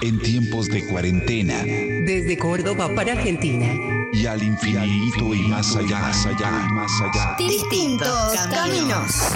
En tiempos de cuarentena. Desde Córdoba para Argentina. Y al infinito y más allá, más allá, más allá. Distintos caminos.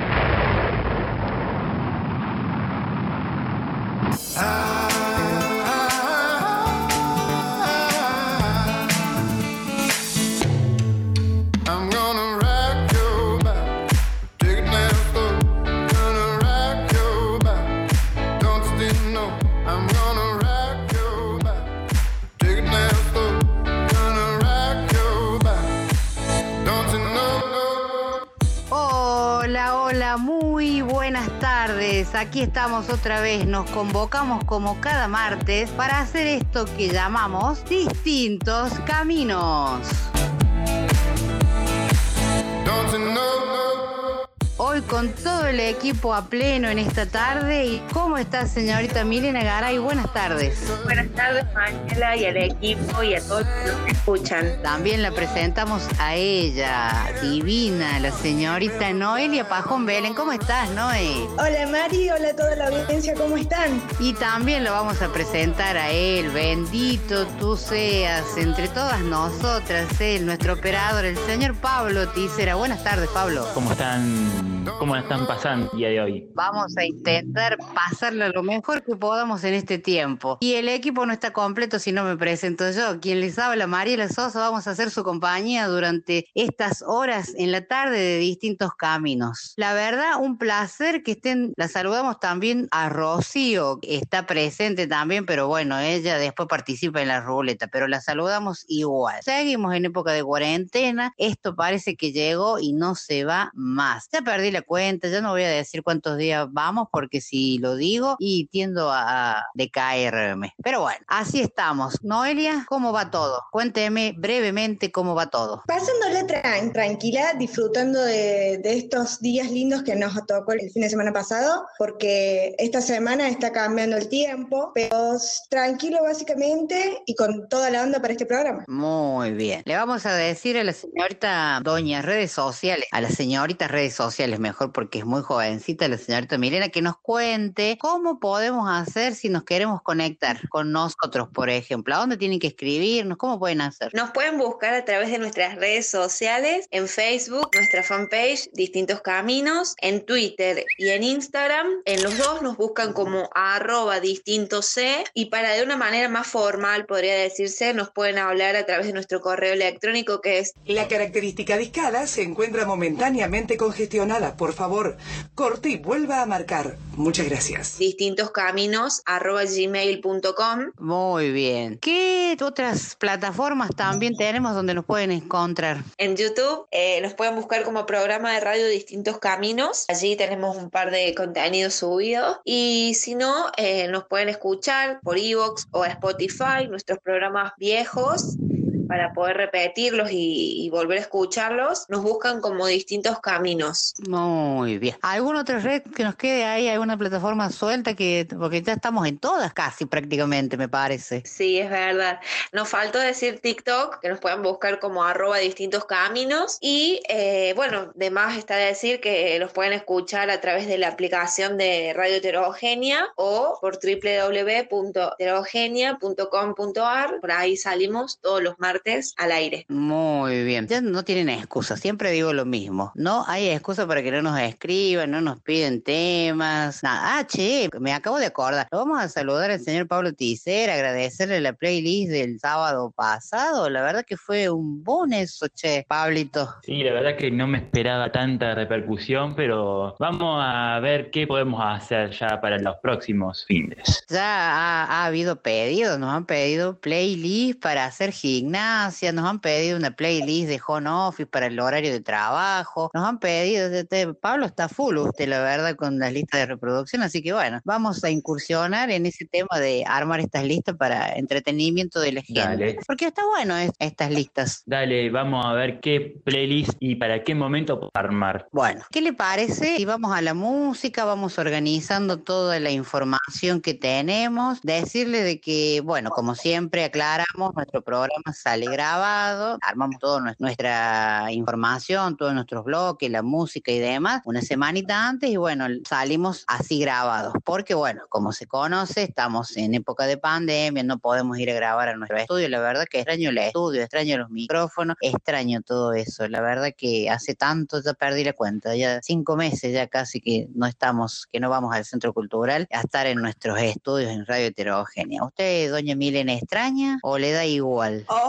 Muy buenas tardes, aquí estamos otra vez, nos convocamos como cada martes para hacer esto que llamamos Distintos Caminos. Hoy con todo el equipo a pleno en esta tarde. ¿Y cómo está, señorita Milena Garay? Buenas tardes. Buenas tardes, Ángela, y al equipo y a todos los que nos escuchan. También la presentamos a ella, divina, la señorita Noelia Pajón Belén. ¿Cómo estás, Noé? Hola, Mari, hola a toda la audiencia, ¿cómo están? Y también lo vamos a presentar a él, bendito tú seas, entre todas nosotras, él, nuestro operador, el señor Pablo Ticera. Buenas tardes, Pablo. ¿Cómo están? ¿Cómo están pasando el día de hoy? Vamos a intentar pasarla lo mejor que podamos en este tiempo. Y el equipo no está completo si no me presento yo. Quien les habla, Mariela Sosa, vamos a hacer su compañía durante estas horas en la tarde de Distintos Caminos. La verdad, un placer que estén. La saludamos también a Rocío, que está presente también, pero bueno, ella después participa en la ruleta, pero la saludamos igual. Seguimos en época de cuarentena. Esto parece que llegó y no se va más. Ya perdí la cuenta, ya no voy a decir cuántos días vamos porque si lo digo y tiendo a decaerme. Pero bueno, así estamos. Noelia, ¿cómo va todo? Cuénteme brevemente cómo va todo. Pasándola tranquila, disfrutando de estos días lindos que nos tocó el fin de semana pasado, porque esta semana está cambiando el tiempo, pero tranquilo básicamente y con toda la onda para este programa. Muy bien. Le vamos a decir a la señorita doña redes sociales, a las señoritas redes sociales mejor porque es muy jovencita la señorita Milena, que nos cuente cómo podemos hacer si nos queremos conectar con nosotros, por ejemplo. ¿A dónde tienen que escribirnos? ¿Cómo pueden hacer? Nos pueden buscar a través de nuestras redes sociales, en Facebook, nuestra fanpage Distintos Caminos, en Twitter y en Instagram. En los dos nos buscan como @distintosc, y para de una manera más formal, podría decirse, nos pueden hablar a través de nuestro correo electrónico, que es: La característica discada se encuentra momentáneamente congestionada. Por favor, corte y vuelva a marcar. Muchas gracias. distintoscaminos@gmail.com. Muy bien. ¿Qué otras plataformas también tenemos donde nos pueden encontrar? En YouTube nos pueden buscar como programa de radio Distintos Caminos. Allí tenemos un par de contenidos subidos. Y si no, nos pueden escuchar por iVoox o Spotify, nuestros programas viejos, para poder repetirlos y volver a escucharlos. Nos buscan como Distintos Caminos. Muy bien. ¿Alguna otra red que nos quede ahí? ¿Alguna plataforma suelta? Porque ya estamos en todas casi prácticamente, me parece. Sí, es verdad. Nos faltó decir TikTok, que nos pueden buscar como @Distintos Caminos. Y bueno, de más está decir que los pueden escuchar a través de la aplicación de Radio Heterogénea o por www.heterogenia.com.ar. Por ahí salimos todos los martes al aire. Muy bien. Ya no tienen excusa, siempre digo lo mismo. No hay excusa para que no nos escriban, no nos piden temas, nada. Che, me acabo de acordar. Lo vamos a saludar al señor Pablo Ticera, agradecerle la playlist del sábado pasado. La verdad que fue un bon eso, che, Pablito. Sí, la verdad que no me esperaba tanta repercusión, pero vamos a ver qué podemos hacer ya para los próximos fines. Ya ha habido pedidos, nos han pedido playlist para hacer gimnasia, nos han pedido una playlist de home office para el horario de trabajo, nos han pedido, Pablo está full usted, la verdad, con las listas de reproducción, así que bueno, vamos a incursionar en ese tema de armar estas listas para entretenimiento de la gente. Dale. Porque está bueno estas listas. Dale, vamos a ver qué playlist y para qué momento armar. Bueno, ¿qué le parece si vamos a la música, vamos organizando toda la información que tenemos? Decirle de que, bueno, como siempre aclaramos, nuestro programa sale sale grabado, armamos toda nuestra información, todos nuestros bloques, la música y demás, una semanita antes y bueno, salimos así grabados, porque bueno, como se conoce, estamos en época de pandemia, no podemos ir a grabar a nuestro estudio, la verdad que extraño el estudio, extraño los micrófonos, extraño todo eso, la verdad que hace tanto ya perdí la cuenta, ya 5 meses ya casi que no estamos, que no vamos al Centro Cultural a estar en nuestros estudios en Radio Heterogénea. ¿Usted, doña Milena, extraña o le da igual? Oh.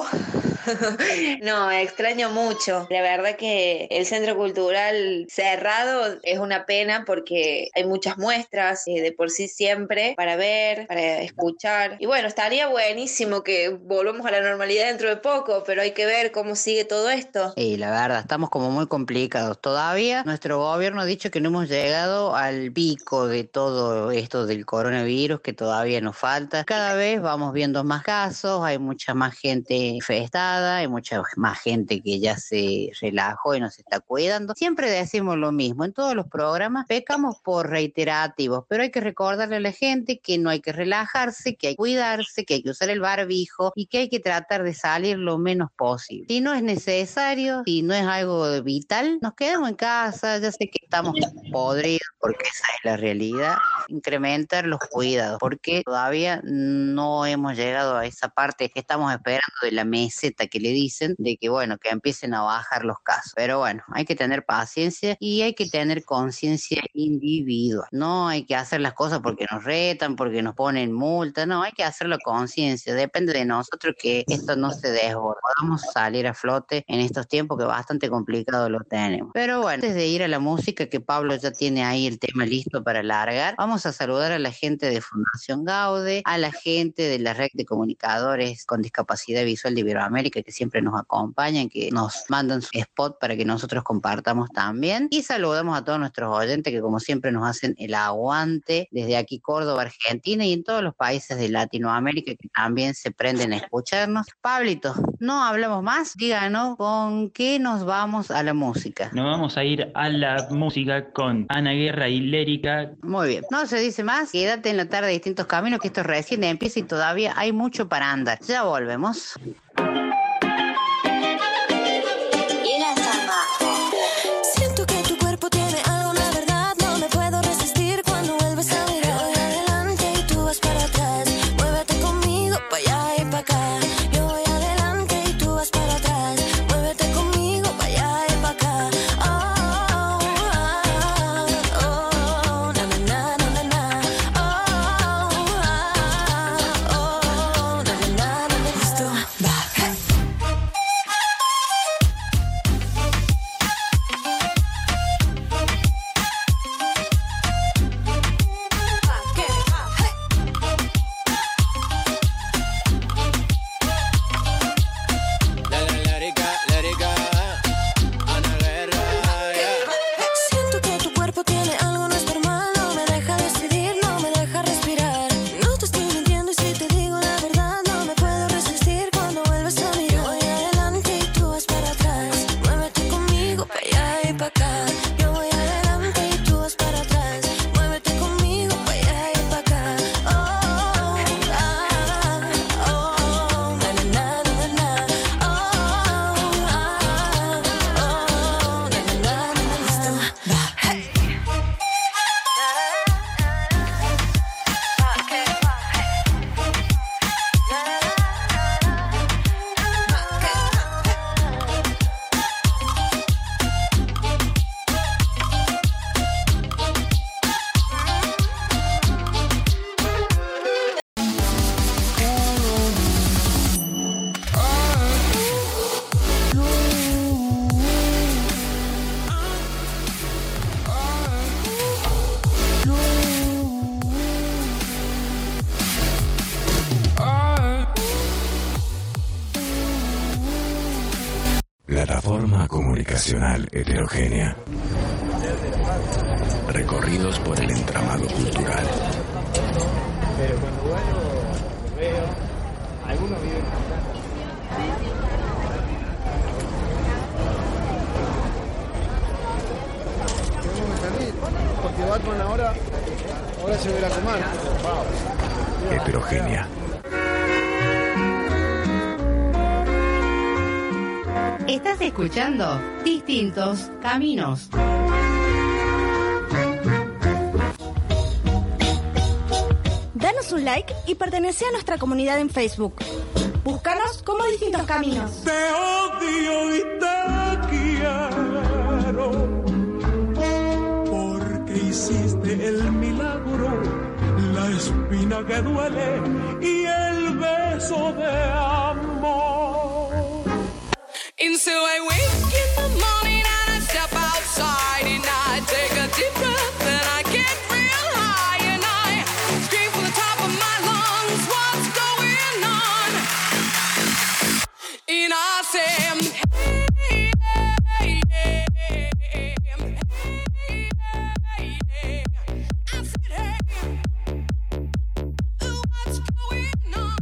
No, extraño mucho. La verdad que el Centro Cultural cerrado es una pena porque hay muchas muestras de por sí siempre para ver, para escuchar. Y bueno, estaría buenísimo que volvamos a la normalidad dentro de poco, pero hay que ver cómo sigue todo esto. Y la verdad, estamos como muy complicados. Todavía nuestro gobierno ha dicho que no hemos llegado al pico de todo esto del coronavirus, que todavía nos falta. Cada vez vamos viendo más casos, hay mucha más gente infestada, hay mucha más gente que ya se relajó y nos está cuidando. Siempre decimos lo mismo, en todos los programas pecamos por reiterativos, pero hay que recordarle a la gente que no hay que relajarse, que hay que cuidarse, que hay que usar el barbijo y que hay que tratar de salir lo menos posible. Si no es necesario, si no es algo vital, nos quedamos en casa. Ya sé que estamos podridos porque esa es la realidad. Incrementar los cuidados porque todavía no hemos llegado a esa parte que estamos esperando de la meseta que le dicen, de que bueno, que empiecen a bajar los casos. Pero bueno, hay que tener paciencia y hay que tener conciencia individual. No hay que hacer las cosas porque nos retan, porque nos ponen multa, no, hay que hacerlo conciencia. Depende de nosotros que esto no se desborde. Podamos salir a flote en estos tiempos que bastante complicado lo tenemos. Pero bueno, antes de ir a la música, que Pablo ya tiene ahí el tema listo para largar, vamos a saludar a la gente de Fundación Gaude, a la gente de la red de comunicadores con discapacidad visual de Iberoamérica, que siempre nos acompañan, que nos mandan su spot para que nosotros compartamos también. Y saludamos a todos nuestros oyentes que como siempre nos hacen el aguante desde aquí Córdoba, Argentina y en todos los países de Latinoamérica que también se prenden a escucharnos. Pablito, no hablamos más, díganos con qué nos vamos a la música. Nos vamos a ir a la música con Ana Guerra y Lérica. Muy bien, no se dice más, quédate en la tarde de Distintos Caminos, que esto recién empieza y todavía hay mucho para andar. Ya volvemos. Siento que tu cuerpo tiene algo, la verdad no me puedo resistir cuando vuelves a mirar. Voy adelante y tú vas para atrás, muévete conmigo pa' allá y pa' acá. Yo voy adelante y tú vas para atrás, muévete conmigo pa' allá y pa' acá. Oh, oh, oh, oh, na na na na na. Oh, oh, oh, na na na na. Esto va. Siento que tu cuerpo tiene algo, no es normal, no me deja decidir, no me deja respirar. No te estoy mintiendo y si te digo la verdad, no me puedo resistir cuando vuelves a mirar. Yo voy adelante y tú vas para atrás, muévete conmigo pa' allá y pa' acá. Yo voy adelante y tú vas para atrás, muévete conmigo pa' allá y pa' acá. Oh, oh, oh, oh, na na na na. Oh, oh, oh, na na na na. Esto va. Plataforma comunicacional heterogénea. Recorridos por el entramado cultural. Pero cuando vuelvo, veo, algunos viven Tenemos que salir, porque Batman ahora se ve la semana. Heterogénea. Estás escuchando Distintos Caminos. Danos un like y pertenece a nuestra comunidad en Facebook. Búscanos como Distintos Caminos. Te odio y te quiero, porque hiciste el milagro, la espina que duele y el beso de amor. And so I wake in the morning and I step outside and I take a deep breath and I get real high and I scream from the top of my lungs, what's going on? And I say, hey, hey, hey, hey, hey, hey, hey. I said, hey, what's going on?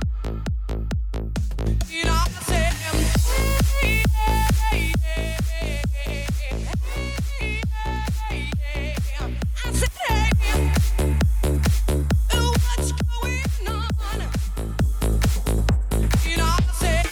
And I said, hey, hey, hey, hey, hey, hey, hey. I said, hey, what's going on? And I said,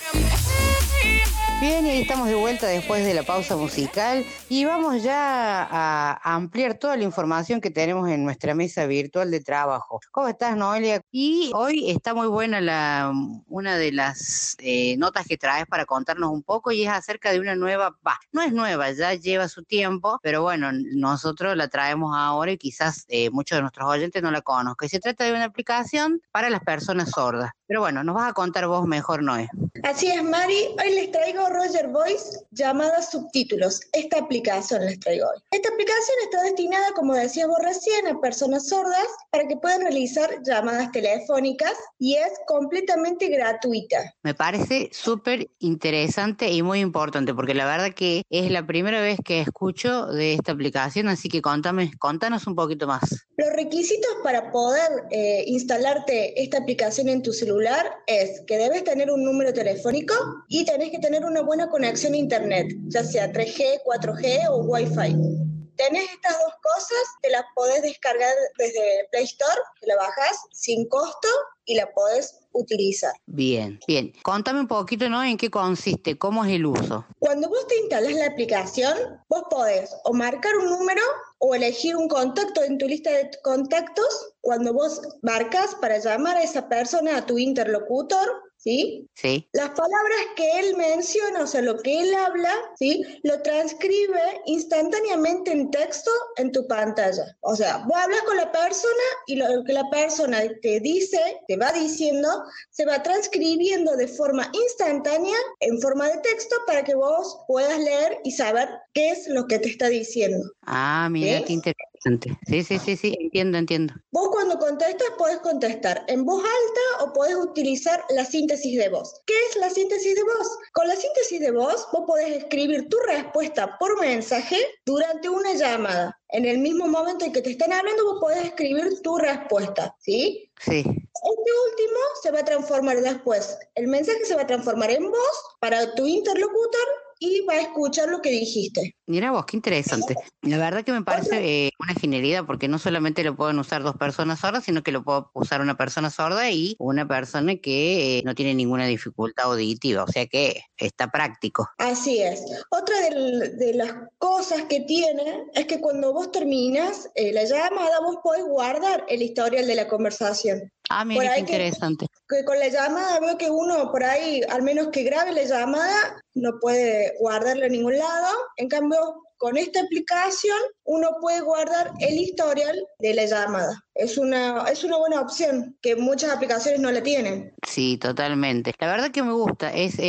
hey. Bien, y ahí estamos de vuelta después de la pausa musical y vamos ya a ampliar toda la información que tenemos en nuestra mesa virtual de trabajo. ¿Cómo estás, Noelia? Y hoy está muy buena una de las notas que traes para contarnos un poco y es acerca de una nueva, no es nueva, ya lleva su tiempo, pero bueno, nosotros la traemos ahora y quizás muchos de nuestros oyentes no la conozcan. Se trata de una aplicación para las personas sordas. Pero bueno, nos vas a contar vos mejor, Noé. Así es, Mari. Hoy les traigo Roger Voice, llamada Subtítulos. Esta aplicación les traigo hoy. Esta aplicación está destinada, como decías vos recién, a personas sordas para que puedan realizar llamadas telefónicas y es completamente gratuita. Me parece súper interesante y muy importante porque la verdad que es la primera vez que escucho de esta aplicación, así que contanos un poquito más. Los requisitos para poder instalarte esta aplicación en tu celular es que debes tener un número telefónico y tenés que tener una buena conexión a internet, ya sea 3G, 4G o Wi-Fi. Tenés estas dos cosas, te las podés descargar desde Play Store, te la bajás sin costo y la podés utilizar. Bien. Contame un poquito, ¿no? ¿En qué consiste? ¿Cómo es el uso? Cuando vos te instalás la aplicación, vos podés o marcar un número o elegir un contacto en tu lista de contactos. Cuando vos marcas para llamar a esa persona, a tu interlocutor, ¿sí? Sí. Las palabras que él menciona, o sea, lo que él habla, ¿sí? Lo transcribe instantáneamente en texto en tu pantalla. O sea, vos hablas con la persona y lo que la persona te dice, te va diciendo, se va transcribiendo de forma instantánea en forma de texto para que vos puedas leer y saber qué es lo que te está diciendo. Ah, mira, ¿Sí? qué interesante. Sí, entiendo. Vos cuando contestas podés contestar en voz alta o podés utilizar la síntesis de voz. ¿Qué es la síntesis de voz? Con la síntesis de voz vos podés escribir tu respuesta por mensaje durante una llamada. En el mismo momento en que te están hablando vos podés escribir tu respuesta, ¿sí? Sí. Este último se va a transformar después. El mensaje se va a transformar en voz para tu interlocutor y va a escuchar lo que dijiste. Mira vos, qué interesante. La verdad que me parece una genialidad porque no solamente lo pueden usar dos personas sordas, sino que lo puede usar una persona sorda y una persona que no tiene ninguna dificultad auditiva, o sea que está práctico. Así es. Otra de las cosas que tiene es que cuando vos terminas la llamada, vos podés guardar el historial de la conversación. Ah, mira, qué interesante. Que con la llamada veo que uno por ahí, al menos que grabe la llamada, no puede guardarlo en ningún lado. En cambio, con esta aplicación uno puede guardar el historial de la llamada. Es una buena opción que muchas aplicaciones no la tienen. Sí, totalmente. La verdad que me gusta,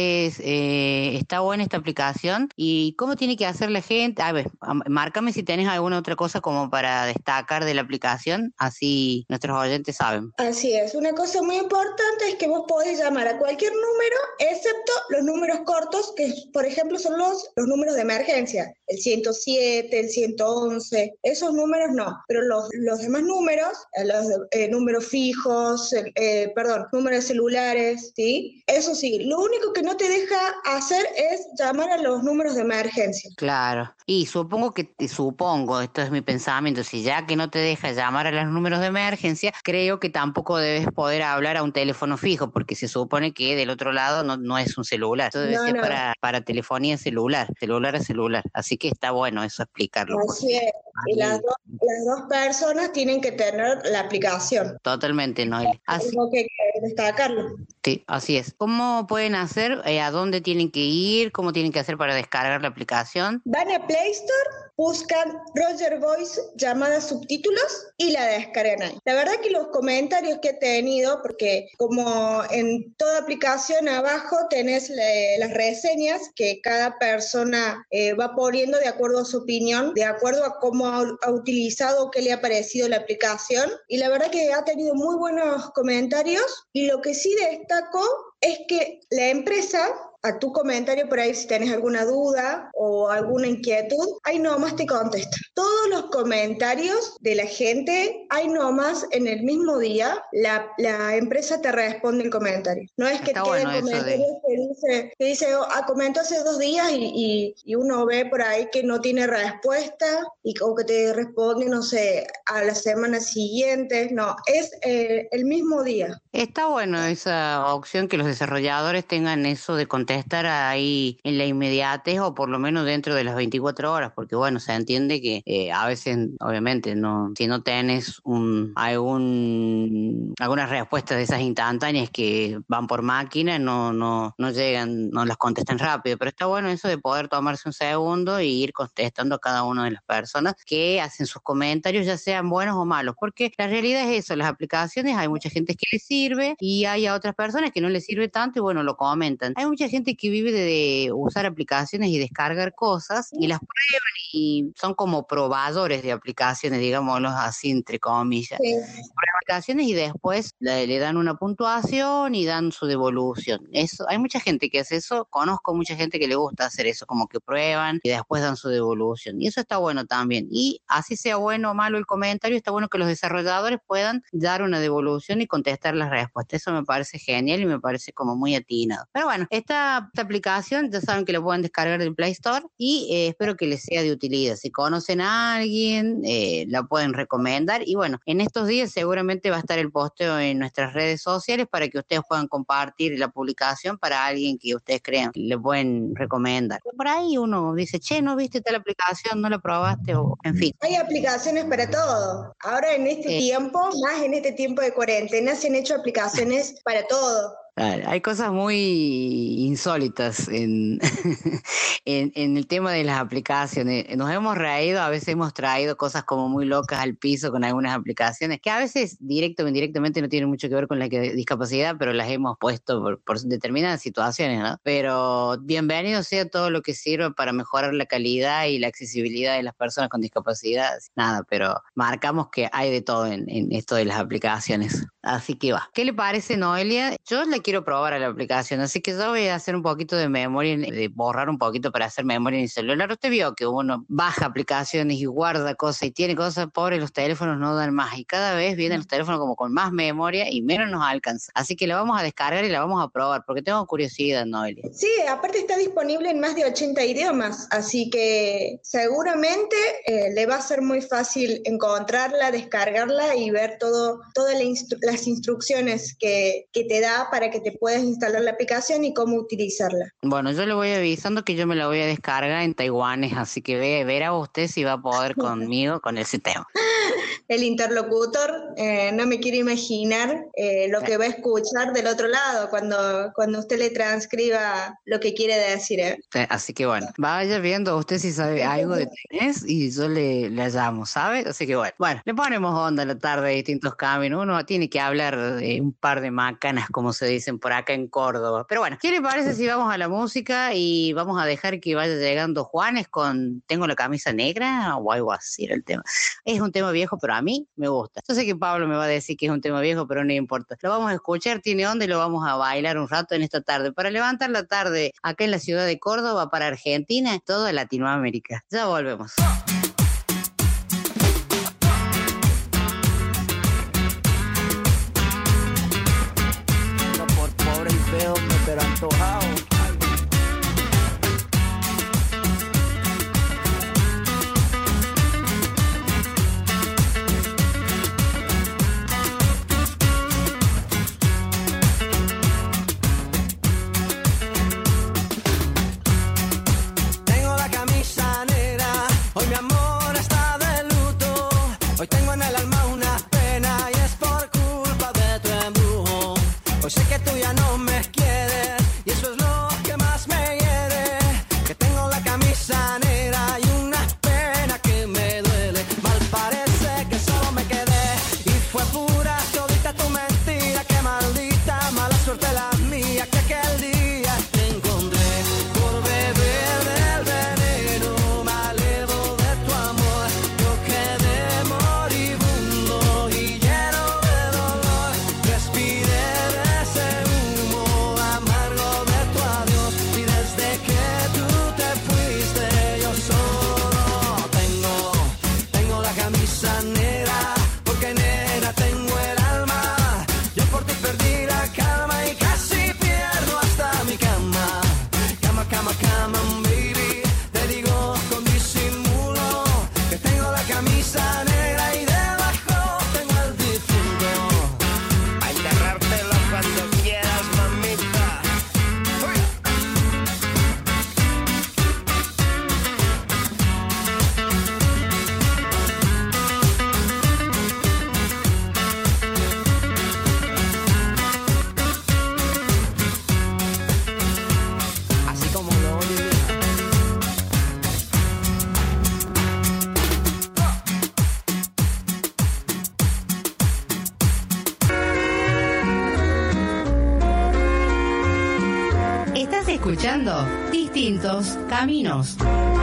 está buena esta aplicación. ¿Y cómo tiene que hacer la gente? A ver, márcame si tenés alguna otra cosa como para destacar de la aplicación, así nuestros oyentes saben. Así es, una cosa muy importante es que vos podés llamar a cualquier número, excepto los números cortos, que por ejemplo son los números de emergencia, el 101, 107, el 111, esos números no, pero los demás números, números fijos, números celulares, ¿sí? Eso sí, lo único que no te deja hacer es llamar a los números de emergencia. Claro, y supongo, esto es mi pensamiento, si ya que no te deja llamar a los números de emergencia, creo que tampoco debes poder hablar a un teléfono fijo, porque se supone que del otro lado no es un celular, eso debe ser para telefonía celular a celular, así que está bueno eso explicarlo. Así es, y las dos personas tienen que tener la aplicación. Totalmente, Noelia. Tengo que destacarlo. Sí, así es. ¿Cómo pueden hacer? ¿A dónde tienen que ir? ¿Cómo tienen que hacer para descargar la aplicación? Van a Play Store, buscan Roger Voice llamada subtítulos y la descargan ahí. La verdad que los comentarios que he tenido, porque como en toda aplicación abajo tenés las reseñas que cada persona va poniendo de acuerdo a su opinión, de acuerdo a cómo ha utilizado o qué le ha parecido la aplicación, y la verdad que ha tenido muy buenos comentarios, y lo que sí destaco es que la empresa, a tu comentario por ahí si tenés alguna duda o alguna inquietud, ahí nomás te contesta. Todos los comentarios de la gente, ahí nomás en el mismo día, la empresa te responde el comentario. No es que Está queden bueno comentarios que dice comentó hace 2 días y uno ve por ahí que no tiene respuesta o que te responde, no sé, a la semana siguiente. No, es el mismo día. Está bueno esa opción, que los desarrolladores tengan eso de contestar ahí en la inmediatez o por lo menos dentro de las 24 horas, porque bueno, se entiende que a veces, obviamente, si no tenés algunas respuestas de esas instantáneas que van por máquina, no llegan, no las contestan rápido, pero está bueno eso de poder tomarse un segundo y ir contestando a cada una de las personas que hacen sus comentarios, ya sean buenos o malos, porque la realidad es eso, las aplicaciones hay mucha gente que les sirve y hay a otras personas que no les sirve tanto y bueno, lo comentan. Hay mucha gente que vive de usar aplicaciones y descargar cosas y las prueban y son como probadores de aplicaciones, digámoslo así, entre comillas. Sí. Prueban aplicaciones y después le dan una puntuación y dan su devolución. Eso, hay mucha gente que hace eso, conozco mucha gente que le gusta hacer eso, como que prueban y después dan su devolución. Y eso está bueno también. Y así sea bueno o malo el comentario, está bueno que los desarrolladores puedan dar una devolución y contestar las respuestas. Eso me parece genial y me parece como muy atinado. Pero bueno, esta aplicación ya saben que la pueden descargar del Play Store y espero que les sea de utilidad. Si conocen a alguien, la pueden recomendar. Y bueno, en estos días seguramente va a estar el posteo en nuestras redes sociales para que ustedes puedan compartir la publicación para alguien que ustedes crean que le pueden recomendar. Por ahí uno dice, che, ¿no viste tal aplicación? ¿No la probaste? O en fin. Hay aplicaciones para todo. Ahora en este tiempo, más en este tiempo de cuarentena, se han hecho aplicaciones para todo. Hay cosas muy insólitas en el tema de las aplicaciones. Nos hemos reído, a veces hemos traído cosas como muy locas al piso con algunas aplicaciones que a veces directo o indirectamente no tienen mucho que ver con la discapacidad, pero las hemos puesto por determinadas situaciones, ¿no? Pero bienvenido sea todo lo que sirva para mejorar la calidad y la accesibilidad de las personas con discapacidad. Nada, pero marcamos que hay de todo en esto de las aplicaciones. Así que va. ¿Qué le parece, Noelia? Yo la quiero probar a la aplicación, así que yo voy a hacer un poquito de memoria, de borrar un poquito para hacer memoria en el celular. Usted vio que uno baja aplicaciones y guarda cosas y tiene cosas, pobres, los teléfonos no dan más y cada vez vienen los teléfonos como con más memoria y menos nos alcanza. Así que la vamos a descargar y la vamos a probar porque tengo curiosidad, Noelia. Sí, aparte está disponible en más de 80 idiomas, así que seguramente le va a ser muy fácil encontrarla, descargarla y ver todas las instrucciones que te da para que te puedas instalar la aplicación y cómo utilizarla. Bueno, yo le voy avisando que yo me la voy a descargar en taiwanés, así que verá usted si va a poder conmigo con el sistema. El interlocutor no me quiere imaginar lo que va a escuchar del otro lado cuando usted le transcriba lo que quiere decir. Así que bueno, vaya viendo usted si sabe algo de tenés y yo le llamo, ¿sabe? Así que bueno, le ponemos onda a la tarde de Distintos Caminos. Uno tiene que hablar un par de macanas, como se dicen por acá en Córdoba. Pero bueno, ¿qué le parece si vamos a la música y vamos a dejar que vaya llegando Juanes con Tengo la camisa negra o algo así era el tema? Es un tema viejo, pero a mí me gusta. Yo sé que Pablo me va a decir que es un tema viejo, pero no importa. Lo vamos a escuchar, tiene onda y lo vamos a bailar un rato en esta tarde. Para levantar la tarde acá en la ciudad de Córdoba, para Argentina, toda Latinoamérica. Ya volvemos. No por pobre y feo, pero antojado. Tengo la camisa negra, hoy mi amor está de luto. Hoy tengo en el alma una pena y es por culpa de tu embrujo. Hoy sé que tú ya no me quieres y eso es lo que más me hiere. Que tengo la camisa negra y una pena que me duele. Mal parece que solo me quedé y fue pura todita tu mentira. Qué maldita mala suerte la mía que aquel día te encontré por beber del veneno. Me alevo de tu amor, yo quedé moribundo y lleno de dolor. Respiré de ese humo amargo de tu adiós y desde que tú te fuiste yo solo tengo la camisa negra, porque negra tengo el alma. Yo por ti perdí la calma y casi pierdo hasta mi cama. Cama, cama, cama, baby, te digo con disimulo que tengo la camisa negra y debajo tengo el difunto. A enterrártelo cuando quieras, mamita. Así como lo oye. Estás escuchando Distintos Caminos.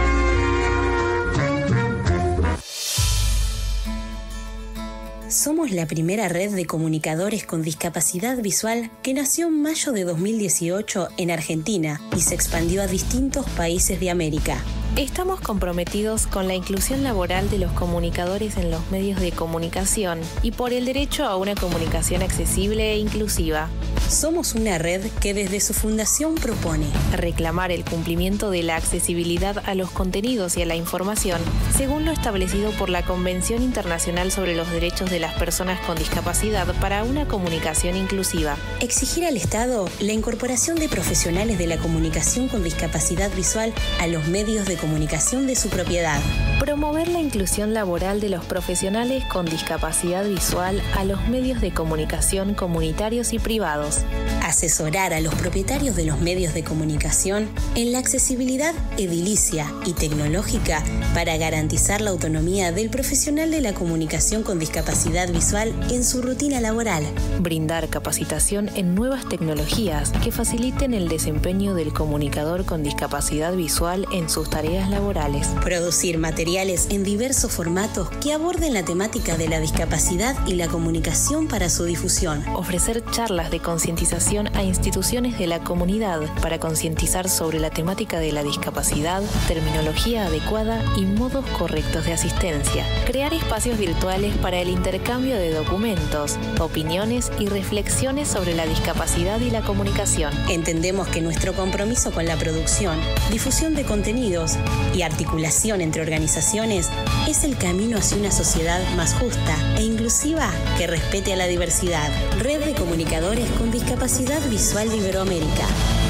Somos la primera red de comunicadores con discapacidad visual que nació en mayo de 2018 en Argentina y se expandió a distintos países de América. Estamos comprometidos con la inclusión laboral de los comunicadores en los medios de comunicación y por el derecho a una comunicación accesible e inclusiva. Somos una red que desde su fundación propone reclamar el cumplimiento de la accesibilidad a los contenidos y a la información, según lo establecido por la Convención Internacional sobre los Derechos de las Personas con Discapacidad para una comunicación inclusiva. Exigir al Estado la incorporación de profesionales de la comunicación con discapacidad visual a los medios de comunicación de su propiedad. Promover la inclusión laboral de los profesionales con discapacidad visual a los medios de comunicación comunitarios y privados. Asesorar a los propietarios de los medios de comunicación en la accesibilidad edilicia y tecnológica para garantizar la autonomía del profesional de la comunicación con discapacidad visual en su rutina laboral. Brindar capacitación en nuevas tecnologías que faciliten el desempeño del comunicador con discapacidad visual en sus tareas laborales. Producir materiales en diversos formatos que aborden la temática de la discapacidad y la comunicación para su difusión. Ofrecer charlas de concientización a instituciones de la comunidad para concientizar sobre la temática de la discapacidad, terminología adecuada y modos correctos de asistencia. Crear espacios virtuales para el intercambio de documentos, opiniones y reflexiones sobre la discapacidad y la comunicación. Entendemos que nuestro compromiso con la producción, difusión de contenidos y articulación entre organizaciones es el camino hacia una sociedad más justa e inclusiva que respete a la diversidad. Red de Comunicadores con Discapacidad Visual de Iberoamérica.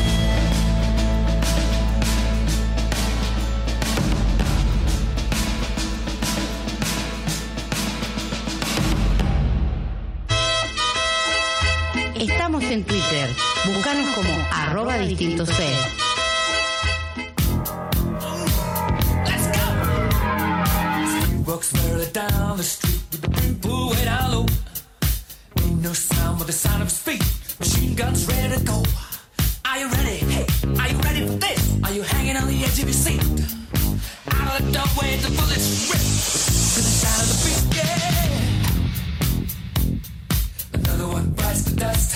Estamos en Twitter. Búscanos como @distintos C. Walks further down the street with the people way down low. No sound but the sound of his feet. Machine guns ready to go. Are you ready? Hey, are you ready for this? Are you hanging on the edge of your seat? Out of the doorway, the bullets rip to the sound of the beat. Yeah. Another one bites the dust.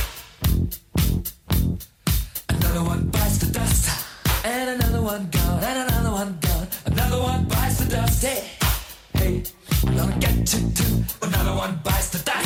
Another one bites the dust. And another one gone. And another one gone. Another one bites the dust. Hey, hey, I'm gonna get you too. Another one bites the dust.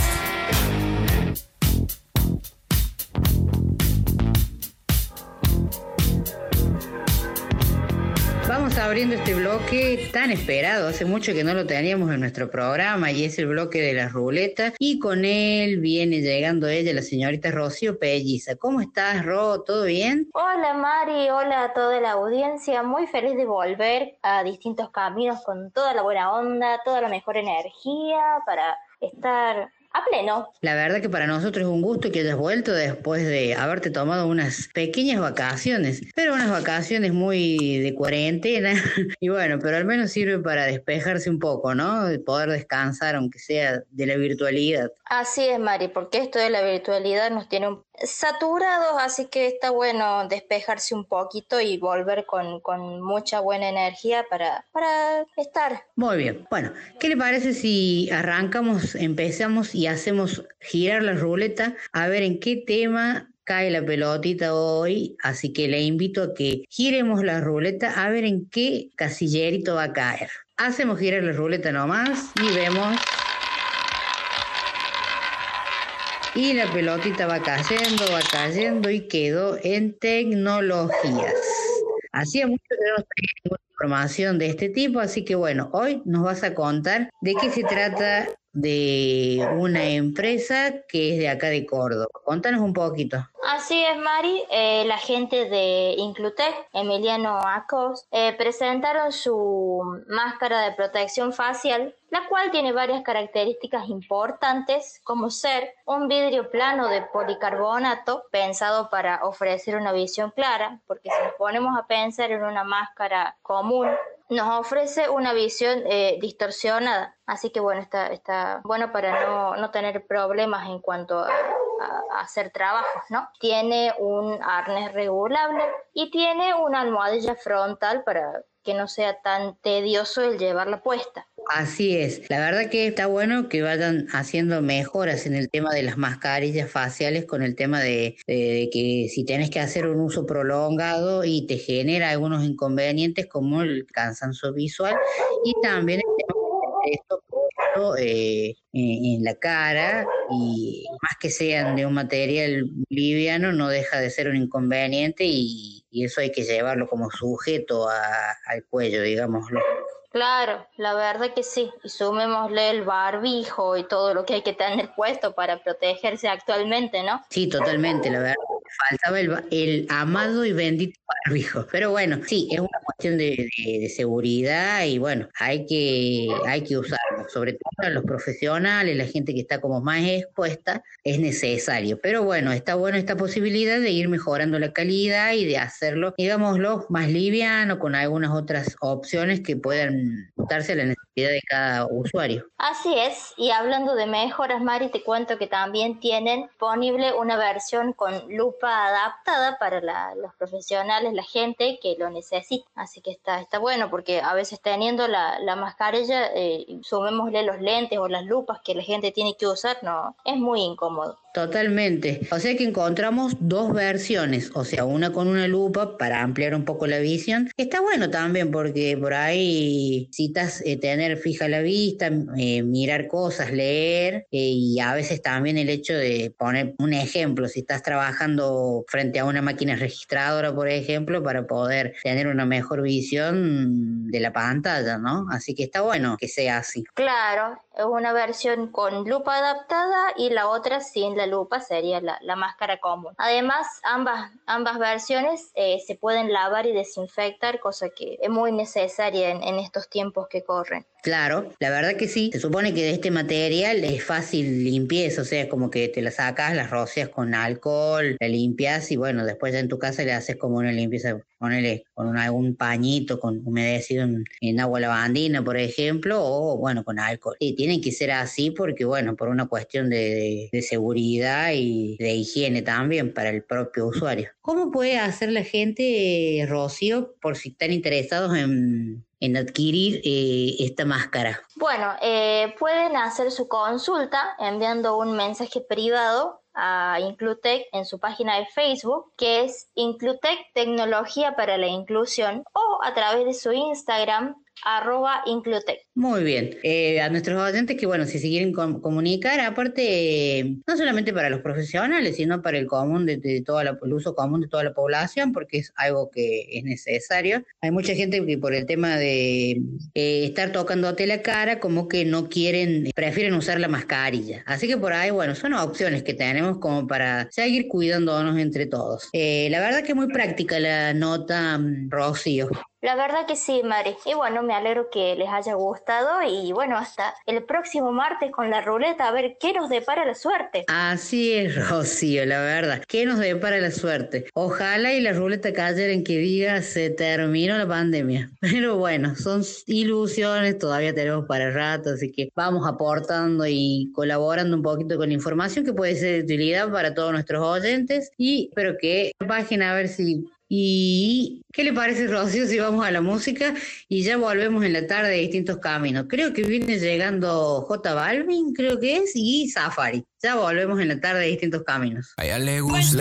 Vamos abriendo este bloque tan esperado, hace mucho que no lo teníamos en nuestro programa, y es el bloque de la ruleta, y con él viene llegando ella, la señorita Rocío Pelliza. ¿Cómo estás, Ro? ¿Todo bien? Hola Mari, hola a toda la audiencia, muy feliz de volver a Distintos Caminos con toda la buena onda, toda la mejor energía para estar a pleno. La verdad que para nosotros es un gusto que hayas vuelto después de haberte tomado unas pequeñas vacaciones, pero unas vacaciones muy de cuarentena, y bueno, pero al menos sirve para despejarse un poco, ¿no? De poder descansar, aunque sea de la virtualidad. Así es, Mari, porque esto de la virtualidad nos tiene saturados, así que está bueno despejarse un poquito y volver con mucha buena energía para estar. Muy bien, bueno, ¿qué le parece si empezamos y hacemos girar la ruleta a ver en qué tema cae la pelotita hoy? Así que le invito a que giremos la ruleta a ver en qué casillerito va a caer. Hacemos girar la ruleta nomás y vemos. Y la pelotita va cayendo y quedó en tecnologías. Hacía mucho que no tenía ninguna información de este tipo, así que bueno, hoy nos vas a contar de qué se trata de una empresa que es de acá de Córdoba. Contanos un poquito. Así es, Mari. La gente de Inclutec, Emiliano Acos, presentaron su máscara de protección facial, la cual tiene varias características importantes, como ser un vidrio plano de policarbonato pensado para ofrecer una visión clara, porque si nos ponemos a pensar en una máscara común, nos ofrece una visión distorsionada. Así que bueno, está bueno para no tener problemas en cuanto a hacer trabajos, ¿no? Tiene un arnés regulable y tiene una almohadilla frontal para que no sea tan tedioso el llevarla puesta. Así es, la verdad que está bueno que vayan haciendo mejoras en el tema de las mascarillas faciales, con el tema de que si tenés que hacer un uso prolongado y te genera algunos inconvenientes como el cansancio visual, y también el tema de esto en la cara, y más que sean de un material liviano no deja de ser un inconveniente, y eso hay que llevarlo como sujeto al cuello, digámoslo. Claro, la verdad que sí, y sumémosle el barbijo y todo lo que hay que tener puesto para protegerse actualmente, ¿no? Sí, totalmente, la verdad. Faltaba el amado y bendito barbijo. Pero bueno, sí, es una cuestión de seguridad, y bueno, hay que usarlo. Sobre todo para los profesionales, la gente que está como más expuesta, es necesario. Pero bueno, está bueno esta posibilidad de ir mejorando la calidad y de hacerlo, digámoslo, más liviano, con algunas otras opciones que puedan adaptarse a la necesidad de cada usuario. Así es, y hablando de mejoras, Mari, te cuento que también tienen disponible una versión con lupa adaptada para los profesionales, la gente que lo necesita. Así que está bueno, porque a veces teniendo la mascarilla, sumémosle los lentes o las lupas que la gente tiene que usar, no, es muy incómodo. Tener. O sea que encontramos dos versiones, o sea, una con una lupa para ampliar un poco la visión. Está bueno también porque por ahí necesitas tener fija la vista, mirar cosas, leer, y a veces también el hecho de poner un ejemplo, si estás trabajando frente a una máquina registradora, por ejemplo, para poder tener una mejor visión de la pantalla, ¿no? Así que está bueno que sea así. Claro, es una versión con lupa adaptada y la otra sin la lupa, sería la máscara común. Además, ambas versiones se pueden lavar y desinfectar, cosa que es muy necesaria en estos tiempos que corren. Claro, la verdad que sí. Se supone que de este material es fácil limpieza, o sea, como que te la sacas, las rocias con alcohol, la limpias y bueno, después ya en tu casa le haces como una limpieza, ponele con algún pañito con humedecido en agua lavandina, por ejemplo, o bueno, con alcohol. Y tienen que ser así porque, bueno, por una cuestión de seguridad y de higiene también para el propio usuario. ¿Cómo puede hacer la gente, Rocío, por si están interesados en adquirir esta máscara? Bueno, pueden hacer su consulta enviando un mensaje privado a Inclutec en su página de Facebook, que es Inclutec Tecnología para la Inclusión, o a través de su Instagram, @Inclutec. Muy bien. A nuestros oyentes que, bueno, si se quieren comunicar, aparte, no solamente para los profesionales, sino para el común de el uso común de toda la población, porque es algo que es necesario. Hay mucha gente que por el tema de estar tocándote la cara, como que no prefieren usar la mascarilla. Así que por ahí, bueno, son opciones que tenemos como para seguir cuidándonos entre todos. La verdad que muy práctica la nota, Rocío. La verdad que sí, Mari. Y bueno, me alegro que les haya gustado y bueno, hasta el próximo martes con la ruleta, a ver qué nos depara la suerte. Así es, Rocío, la verdad. ¿Qué nos depara la suerte? Ojalá y la ruleta cayera en que diga se terminó la pandemia. Pero bueno, son ilusiones, todavía tenemos para rato, así que vamos aportando y colaborando un poquito con la información que puede ser de utilidad para todos nuestros oyentes y espero que la página a ver si... ¿Y qué le parece, Rocío, si vamos a la música y ya volvemos en la tarde de Distintos Caminos? Creo que viene llegando J Balvin, creo que es, y Safari. Ya volvemos en la tarde de Distintos Caminos. A ella le gusta,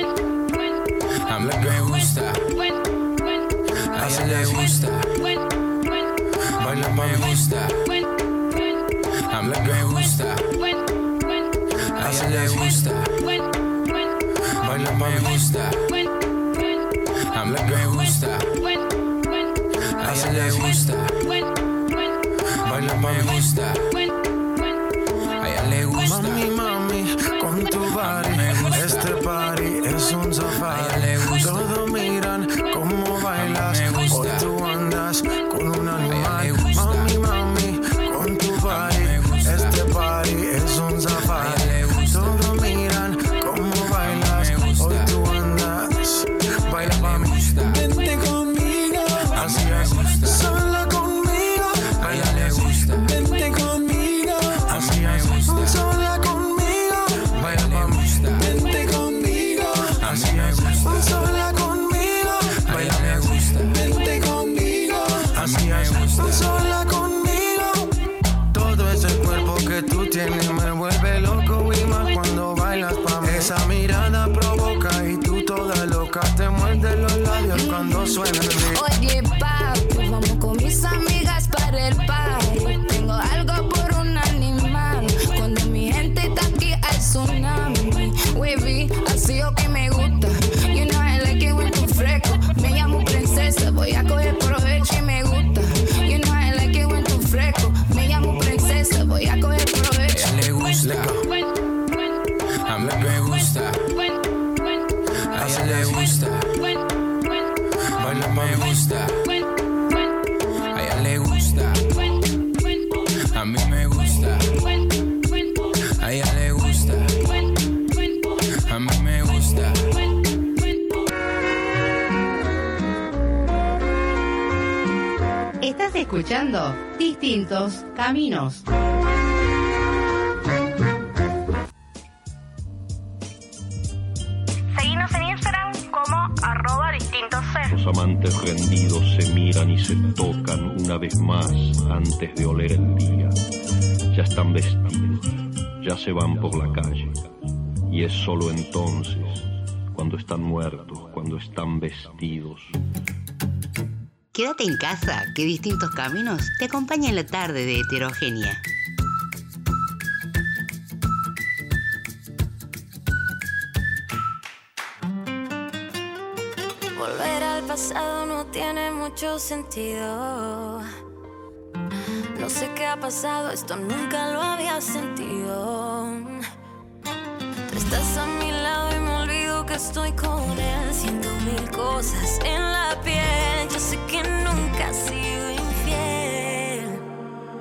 a mí me gusta, a ella le gusta, baila me gusta, a mí me gusta, a ella le gusta, baila me gusta. A mí me gusta, a ella le gusta, baila me gusta, a ella le gusta. Mami, mami, con tu body, este party es un safari. Todos miran cómo bailas, hoy tú andas con un animal. Mami, mami, con tu body, este party es un safari. Todos miran cómo bailas, hoy tú andas, baila mami. Vente conmigo, así es, sola conmigo, a ella le gusta. Vente conmigo, así es, sola conmigo, baila mami. Vente conmigo, así es, sola conmigo, baila me gusta. Vente conmigo, así es, sola conmigo. Todo ese cuerpo que tú tienes me vuelve loco y más cuando bailas pa' mí. Esa mirada provoca y tú toda loca te muerde los labios cuando suena el beat. Oye, papi, vamos con mis amigas para el party. Tengo algo por un animal. Cuando mi gente está aquí hay tsunami. Wavy, así o que me gusta. You know I like it when tú fresco. Me llamo princesa, voy a coger provecho y me gusta. You know I like it when tú fresco. Me llamo princesa, voy a coger provecho. A ella le gusta, a mí me gusta, a ella le gusta, baila me gusta, a ella le gusta, a mí me gusta, a ella le gusta, a mí me gusta. Estás escuchando Distintos Caminos. Seguinos en Instagram como @distintosc. Los amantes rendidos se miran y se tocan una vez más antes de oler el día. Ya están vestidos, ya se van por la calle. Y es solo entonces, cuando están muertos, cuando están vestidos. Quédate en casa, que Distintos Caminos te acompaña en la tarde de Heterogénea. Volver al pasado no tiene mucho sentido. No sé qué ha pasado, esto nunca lo había sentido. Tú estás a mi lado y me olvido que estoy con él. Siento mil cosas en la piel. Yo sé que nunca has sido infiel.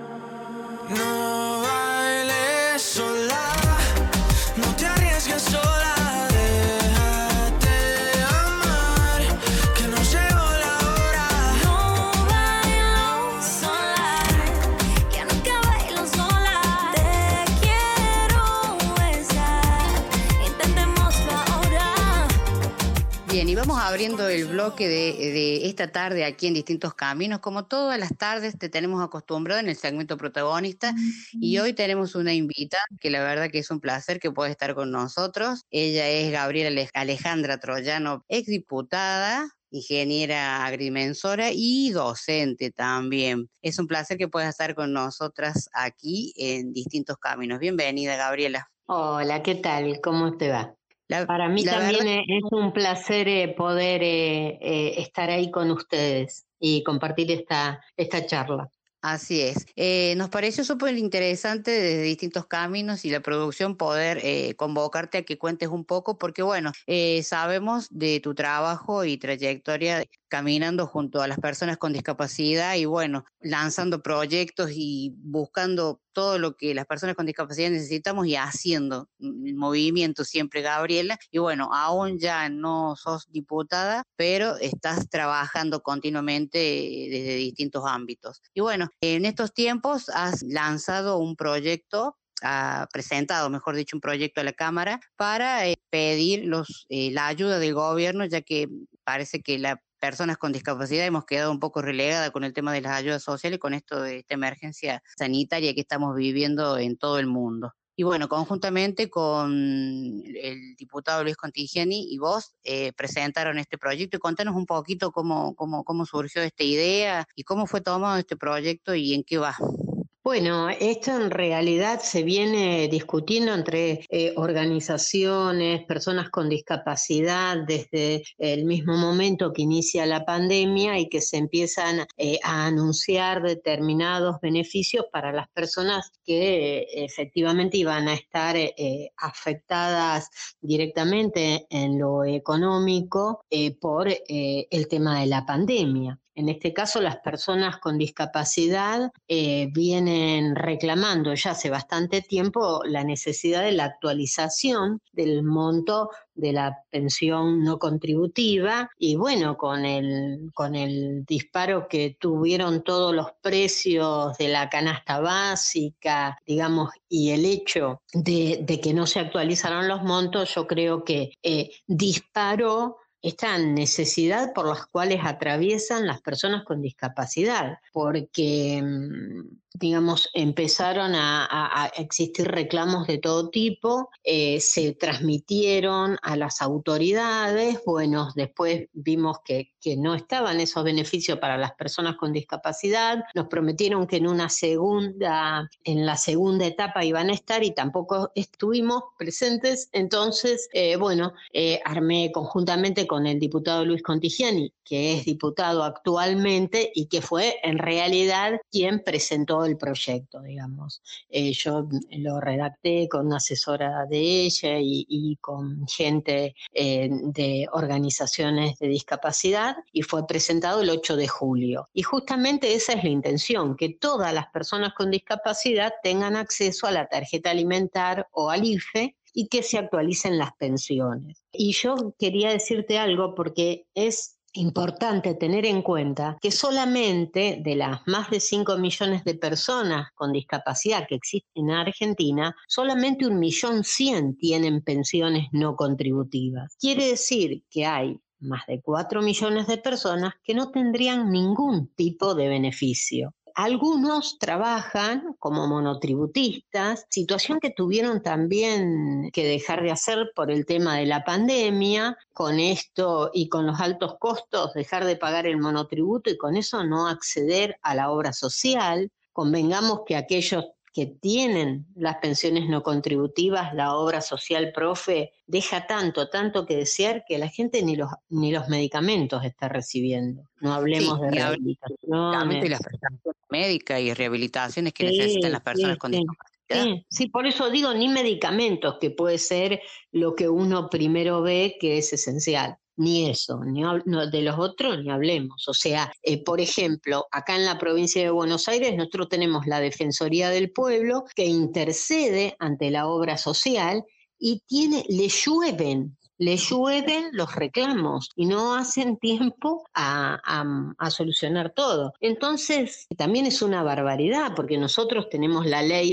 Bien, y vamos abriendo el bloque de esta tarde aquí en Distintos Caminos. Como todas las tardes te tenemos acostumbrado en el segmento protagonista, y hoy tenemos una invitada que la verdad que es un placer que pueda estar con nosotros. Ella es Gabriela Alejandra Troyano, exdiputada, ingeniera agrimensora y docente también. Es un placer que puedas estar con nosotras aquí en Distintos Caminos. Bienvenida, Gabriela. Hola, ¿qué tal? ¿Cómo te va? Para mí la también verdad- es un placer poder estar ahí con ustedes y compartir esta charla. Así es. Nos pareció súper interesante desde Distintos Caminos y la producción poder convocarte a que cuentes un poco, porque bueno, sabemos de tu trabajo y trayectoria caminando junto a las personas con discapacidad y bueno, lanzando proyectos y buscando todo lo que las personas con discapacidad necesitamos y haciendo movimiento siempre, Gabriela. Y bueno, aún ya no sos diputada, pero estás trabajando continuamente desde distintos ámbitos. Y bueno, en estos tiempos has lanzado un proyecto, ha presentado, mejor dicho, un proyecto a la Cámara para pedir la ayuda del gobierno, ya que parece que las personas con discapacidad hemos quedado un poco relegadas con el tema de las ayudas sociales, con esto de esta emergencia sanitaria que estamos viviendo en todo el mundo. Y bueno, conjuntamente con el diputado Luis Contigiani y vos presentaron este proyecto. Y contanos un poquito cómo surgió esta idea y cómo fue tomado este proyecto y en qué va. Bueno, esto en realidad se viene discutiendo entre organizaciones, personas con discapacidad desde el mismo momento que inicia la pandemia y que se empiezan a anunciar determinados beneficios para las personas que efectivamente iban a estar afectadas directamente en lo económico por el tema de la pandemia. En este caso, las personas con discapacidad vienen reclamando ya hace bastante tiempo la necesidad de la actualización del monto de la pensión no contributiva y bueno, con el disparo que tuvieron todos los precios de la canasta básica, digamos, y el hecho de que no se actualizaron los montos, yo creo que disparó esta necesidad por las cuales atraviesan las personas con discapacidad, porque, digamos, empezaron a existir reclamos de todo tipo, se transmitieron a las autoridades, bueno, después vimos que no estaban esos beneficios para las personas con discapacidad, nos prometieron que en la segunda etapa iban a estar y tampoco estuvimos presentes, entonces, armé conjuntamente con el diputado Luis Contigiani, que es diputado actualmente y que fue en realidad quien presentó el proyecto, digamos. Yo lo redacté con una asesora de ella y con gente de organizaciones de discapacidad y fue presentado el 8 de julio. Y justamente esa es la intención, que todas las personas con discapacidad tengan acceso a la tarjeta alimentar o al IFE y que se actualicen las pensiones. Y yo quería decirte algo porque es importante tener en cuenta que solamente de las más de 5 millones de personas con discapacidad que existen en Argentina, solamente 1.100.000 tienen pensiones no contributivas. Quiere decir que hay más de 4 millones de personas que no tendrían ningún tipo de beneficio. Algunos trabajan como monotributistas, situación que tuvieron también que dejar de hacer por el tema de la pandemia, con esto y con los altos costos, dejar de pagar el monotributo y con eso no acceder a la obra social. Convengamos que aquellos que tienen las pensiones no contributivas, la obra social profe, deja tanto que desear que la gente ni los medicamentos está recibiendo. No hablemos de rehabilitaciones. Y las prestaciones médicas y rehabilitaciones que necesitan las personas con discapacidad. Sí, por eso digo ni medicamentos, que puede ser lo que uno primero ve que es esencial. Ni eso, de los otros ni hablemos. O sea, por ejemplo, acá en la provincia de Buenos Aires nosotros tenemos la Defensoría del Pueblo que intercede ante la obra social y le llueven le llueven los reclamos y no hacen tiempo a solucionar todo. Entonces, también es una barbaridad, porque nosotros tenemos la ley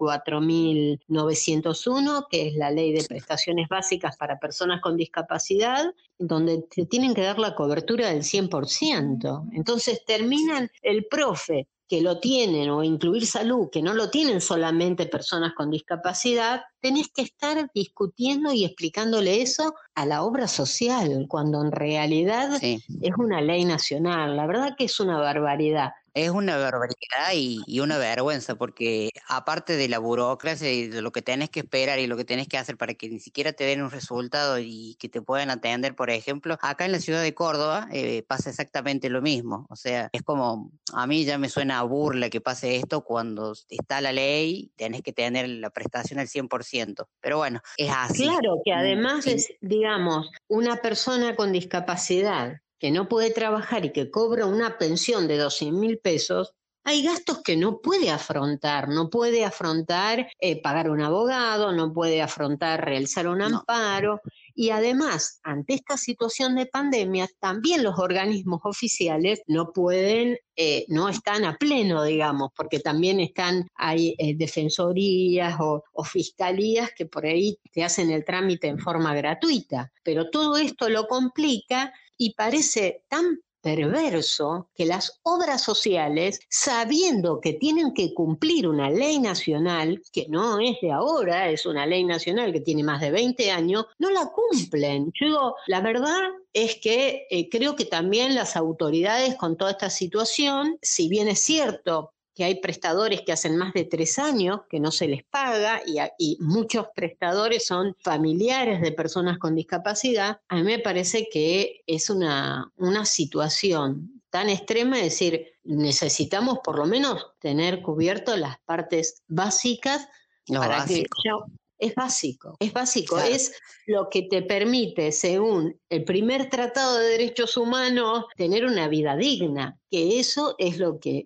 24.901, que es la ley de prestaciones básicas para personas con discapacidad, donde te tienen que dar la cobertura del 100%. Entonces terminan el profe que lo tienen, o incluir salud, que no lo tienen solamente personas con discapacidad, tenés que estar discutiendo y explicándole eso a la obra social, cuando en realidad es una ley nacional. La verdad que es una barbaridad. Es una barbaridad y una vergüenza, porque aparte de la burocracia y de lo que tenés que esperar y lo que tenés que hacer para que ni siquiera te den un resultado y que te puedan atender, por ejemplo, acá en la ciudad de Córdoba pasa exactamente lo mismo. O sea, es como, a mí ya me suena a burla que pase esto cuando está la ley, tenés que tener la prestación al 100%. Pero bueno, es así. Claro, que además es, digamos, una persona con discapacidad que no puede trabajar y que cobra una pensión de 12.000 pesos, hay gastos que no puede afrontar. No puede afrontar pagar un abogado, no puede afrontar realizar un amparo. Y además, ante esta situación de pandemia, también los organismos oficiales no pueden, no están a pleno, digamos, porque también hay defensorías o fiscalías que por ahí te hacen el trámite en forma gratuita. Pero todo esto lo complica y parece tan perverso que las obras sociales, sabiendo que tienen que cumplir una ley nacional, que no es de ahora, es una ley nacional que tiene más de 20 años, no la cumplen. Yo digo, la verdad es que creo que también las autoridades con toda esta situación, si bien es cierto que hay prestadores que hacen más de 3 años que no se les paga y muchos prestadores son familiares de personas con discapacidad, a mí me parece que es una situación tan extrema, es decir, necesitamos por lo menos tener cubierto las partes básicas para que es básico, claro. Es lo que te permite, según el primer Tratado de Derechos Humanos, tener una vida digna, que eso es lo que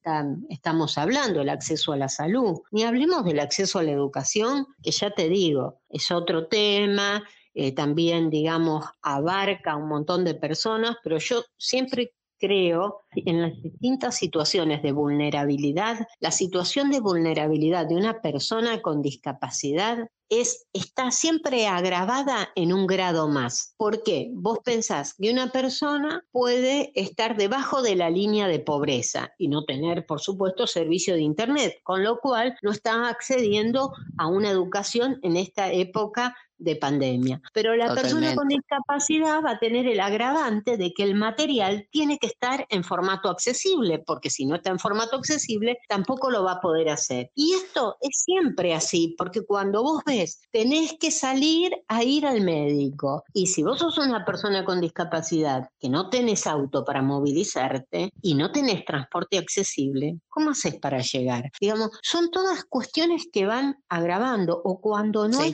estamos hablando, el acceso a la salud. Ni hablemos del acceso a la educación, que ya te digo, es otro tema, también, digamos, abarca un montón de personas, pero yo siempre creo en las distintas situaciones de vulnerabilidad, la situación de vulnerabilidad de una persona con discapacidad está siempre agravada en un grado más. ¿Por qué? Vos pensás que una persona puede estar debajo de la línea de pobreza y no tener, por supuesto, servicio de Internet, con lo cual no está accediendo a una educación en esta época de pandemia. Pero la persona con discapacidad va a tener el agravante de que el material tiene que estar en formato accesible, porque si no está en formato accesible, tampoco lo va a poder hacer. Y esto es siempre así, porque cuando vos ves, tenés que salir a ir al médico. Y si vos sos una persona con discapacidad que no tenés auto para movilizarte y no tenés transporte accesible, ¿cómo haces para llegar? Digamos, son todas cuestiones que van agravando. O cuando no hay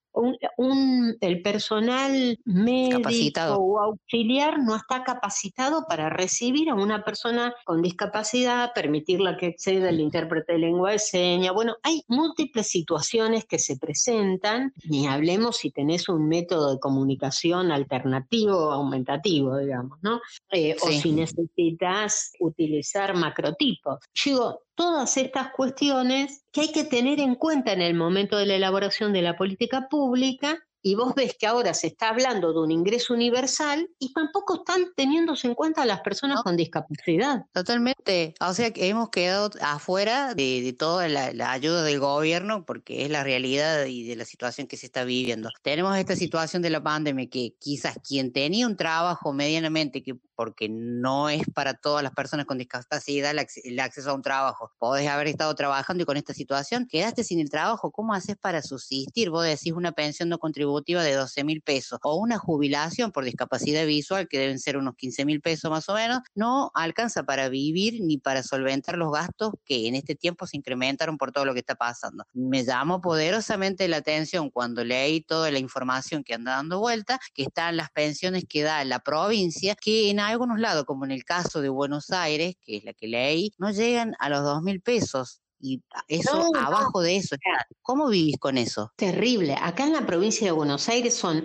el personal médico capacitado o auxiliar no está capacitado para recibir a una persona con discapacidad, permitirla que acceda al intérprete de lengua de señas. Bueno, hay múltiples situaciones que se presentan, ni hablemos si tenés un método de comunicación alternativo o aumentativo, digamos, ¿no? O si necesitas utilizar macrotipos. Digo, todas estas cuestiones que hay que tener en cuenta en el momento de la elaboración de la política pública, y vos ves que ahora se está hablando de un ingreso universal y tampoco están teniéndose en cuenta a las personas con discapacidad. Totalmente, o sea que hemos quedado afuera de toda la ayuda del gobierno, porque es la realidad y de la situación que se está viviendo. Tenemos esta situación de la pandemia que quizás quien tenía un trabajo medianamente, que porque no es para todas las personas con discapacidad el acceso a un trabajo, podés haber estado trabajando y con esta situación quedaste sin el trabajo, ¿cómo haces para subsistir? Vos decís una pensión no contributiva de 12.000 pesos o una jubilación por discapacidad visual que deben ser unos 15.000 pesos más o menos, no alcanza para vivir ni para solventar los gastos que en este tiempo se incrementaron por todo lo que está pasando. Me llamó poderosamente la atención cuando leí toda la información que anda dando vuelta, que están las pensiones que da la provincia, que en algunos lados, como en el caso de Buenos Aires, que es la que leí, no llegan a los 2.000 pesos. y eso No, abajo de eso. ¿Cómo vivís con eso? terrible. Acá en la provincia de Buenos Aires son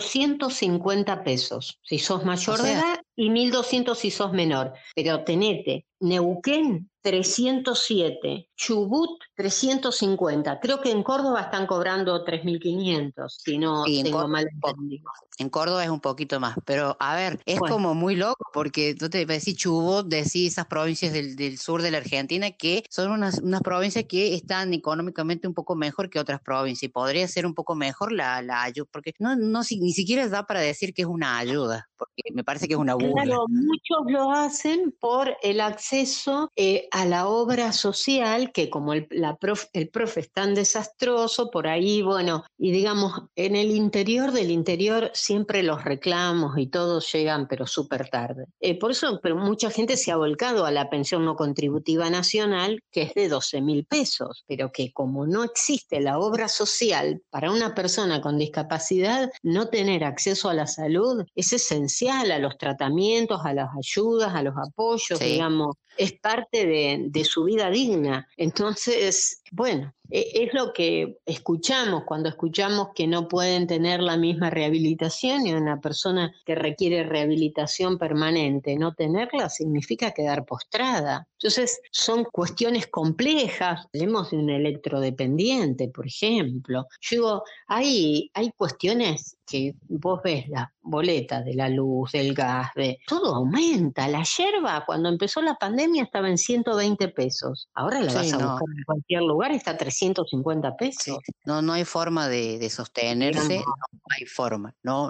850 pesos si sos mayor O de sea, edad y 1.200 si sos menor. Pero tenete, Neuquén 307, Chubut 350. Creo que en Córdoba están cobrando 3.500, si no sí, tengo mal entendido. En Córdoba es un poquito más, pero a ver, es Bueno, como muy loco porque tú te decís Chubut, decís esas provincias del sur de la Argentina que son unas provincias que están económicamente un poco mejor que otras provincias y podría ser un poco mejor la ayuda, porque ni siquiera da para decir que es una ayuda, porque me parece que es una burla. claro, muchos lo hacen por el acceso a la obra social, que como el profe es tan desastroso, por ahí, bueno, y digamos, en el interior del interior siempre los reclamos y todos llegan, pero súper tarde. Por eso, pero mucha gente se ha volcado a la pensión no contributiva nacional, que es de 12.000 pesos, pero que como no existe la obra social para una persona con discapacidad, no tener acceso a la salud es esencial, a los tratamientos, a las ayudas, a los apoyos, Sí. digamos, es parte de su vida digna. Entonces, bueno, es lo que escuchamos cuando escuchamos que no pueden tener la misma rehabilitación, y una persona que requiere rehabilitación permanente, no tenerla significa quedar postrada. Entonces, son cuestiones complejas. Hablemos de un electrodependiente, por ejemplo. Yo digo, hay cuestiones que vos ves la boleta de la luz, del gas, todo aumenta. La yerba, cuando empezó la pandemia, estaba en 120 pesos. Ahora la vas Sí, a no. buscar en cualquier lugar, está a 350 pesos. No hay forma de sostenerse, Digamos. no hay forma, no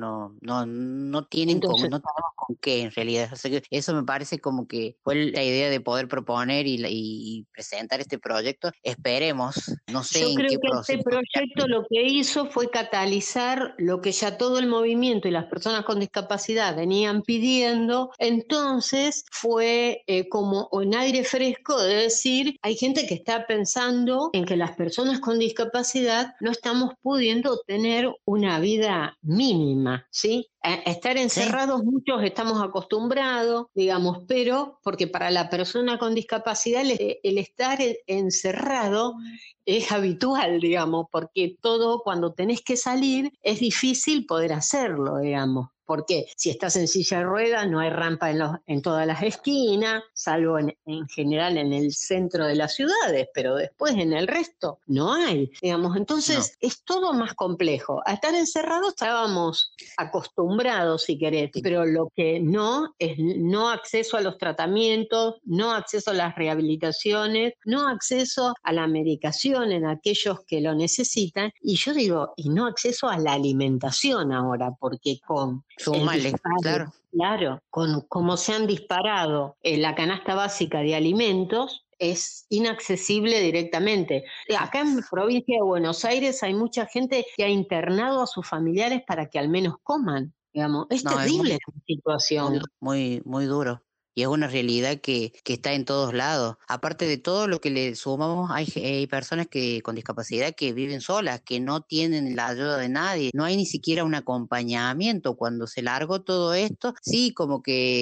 tienen Entonces, no tenemos con qué en realidad. O sea que eso me parece como que fue la idea de poder proponer y presentar este proyecto. Esperemos, no sé yo en creo qué que este proceso. proyecto lo que hizo fue catalizar lo que ya todo el movimiento y las personas con discapacidad venían pidiendo. Entonces fue como un aire fresco de decir, hay gente que está pensando en que las personas con discapacidad no estamos pudiendo tener una vida mínima, ¿sí? A estar encerrados, muchos estamos acostumbrados, digamos, pero porque para la persona con discapacidad el estar encerrado es habitual, digamos, porque todo cuando tenés que salir es difícil poder hacerlo, digamos. Porque si estás en silla de ruedas no hay rampa en todas las esquinas, salvo en general en el centro de las ciudades, pero después en el resto no hay, digamos. Entonces es todo más complejo. A estar encerrados estábamos acostumbrados, si querés, pero lo que no es no acceso a los tratamientos, no acceso a las rehabilitaciones, no acceso a la medicación en aquellos que lo necesitan, y yo digo, y no acceso a la alimentación ahora, porque con Súmale, claro. Claro, con cómo se han disparado la canasta básica de alimentos, es inaccesible directamente. Acá en la provincia de Buenos Aires hay mucha gente que ha internado a sus familiares para que al menos coman, digamos. Es terrible la situación. Muy duro. Y es una realidad que está en todos lados. Aparte de todo lo que le sumamos, hay personas con discapacidad que viven solas, que no tienen la ayuda de nadie. No hay ni siquiera un acompañamiento. Cuando se largó todo esto, sí, como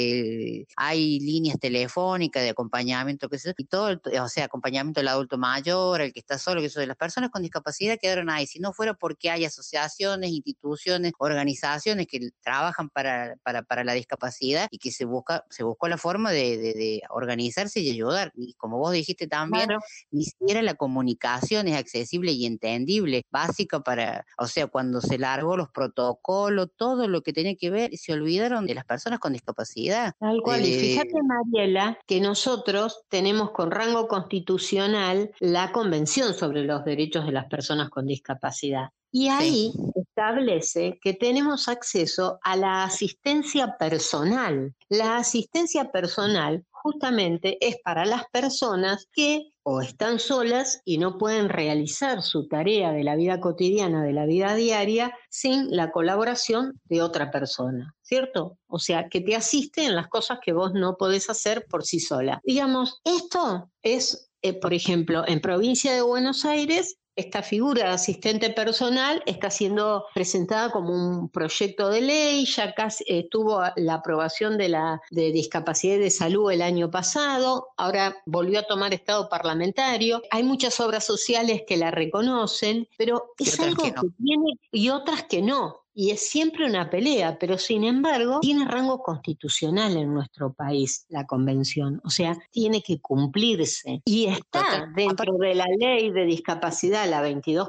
que hay líneas telefónicas de acompañamiento, y todo, o sea, acompañamiento del adulto mayor, el que está solo, que eso de las personas con discapacidad quedaron ahí. Si no fuera porque hay asociaciones, instituciones, organizaciones que trabajan para la discapacidad y que se buscó la forma de organizarse y ayudar. Y como vos dijiste también, ni siquiera la comunicación es accesible y entendible, básica o sea, cuando se largó los protocolos, todo lo que tenía que ver, se olvidaron de las personas con discapacidad. Tal cual, y fíjate, Mariela, que nosotros tenemos con rango constitucional la Convención sobre los Derechos de las Personas con Discapacidad. Y ahí establece que tenemos acceso a la asistencia personal. La asistencia personal justamente es para las personas que o están solas y no pueden realizar su tarea de la vida cotidiana, de la vida diaria, sin la colaboración de otra persona, ¿cierto? O sea, que te asiste en las cosas que vos no podés hacer por sí sola. Digamos, esto es, por ejemplo, en provincia de Buenos Aires, esta figura de asistente personal está siendo presentada como un proyecto de ley, ya casi tuvo la aprobación de discapacidad y de salud el año pasado, ahora volvió a tomar estado parlamentario. Hay muchas obras sociales que la reconocen, pero es algo que tiene, y otras que no. Y es siempre una pelea, pero sin embargo tiene rango constitucional en nuestro país la convención, o sea, tiene que cumplirse. Y está dentro de la ley de discapacidad, la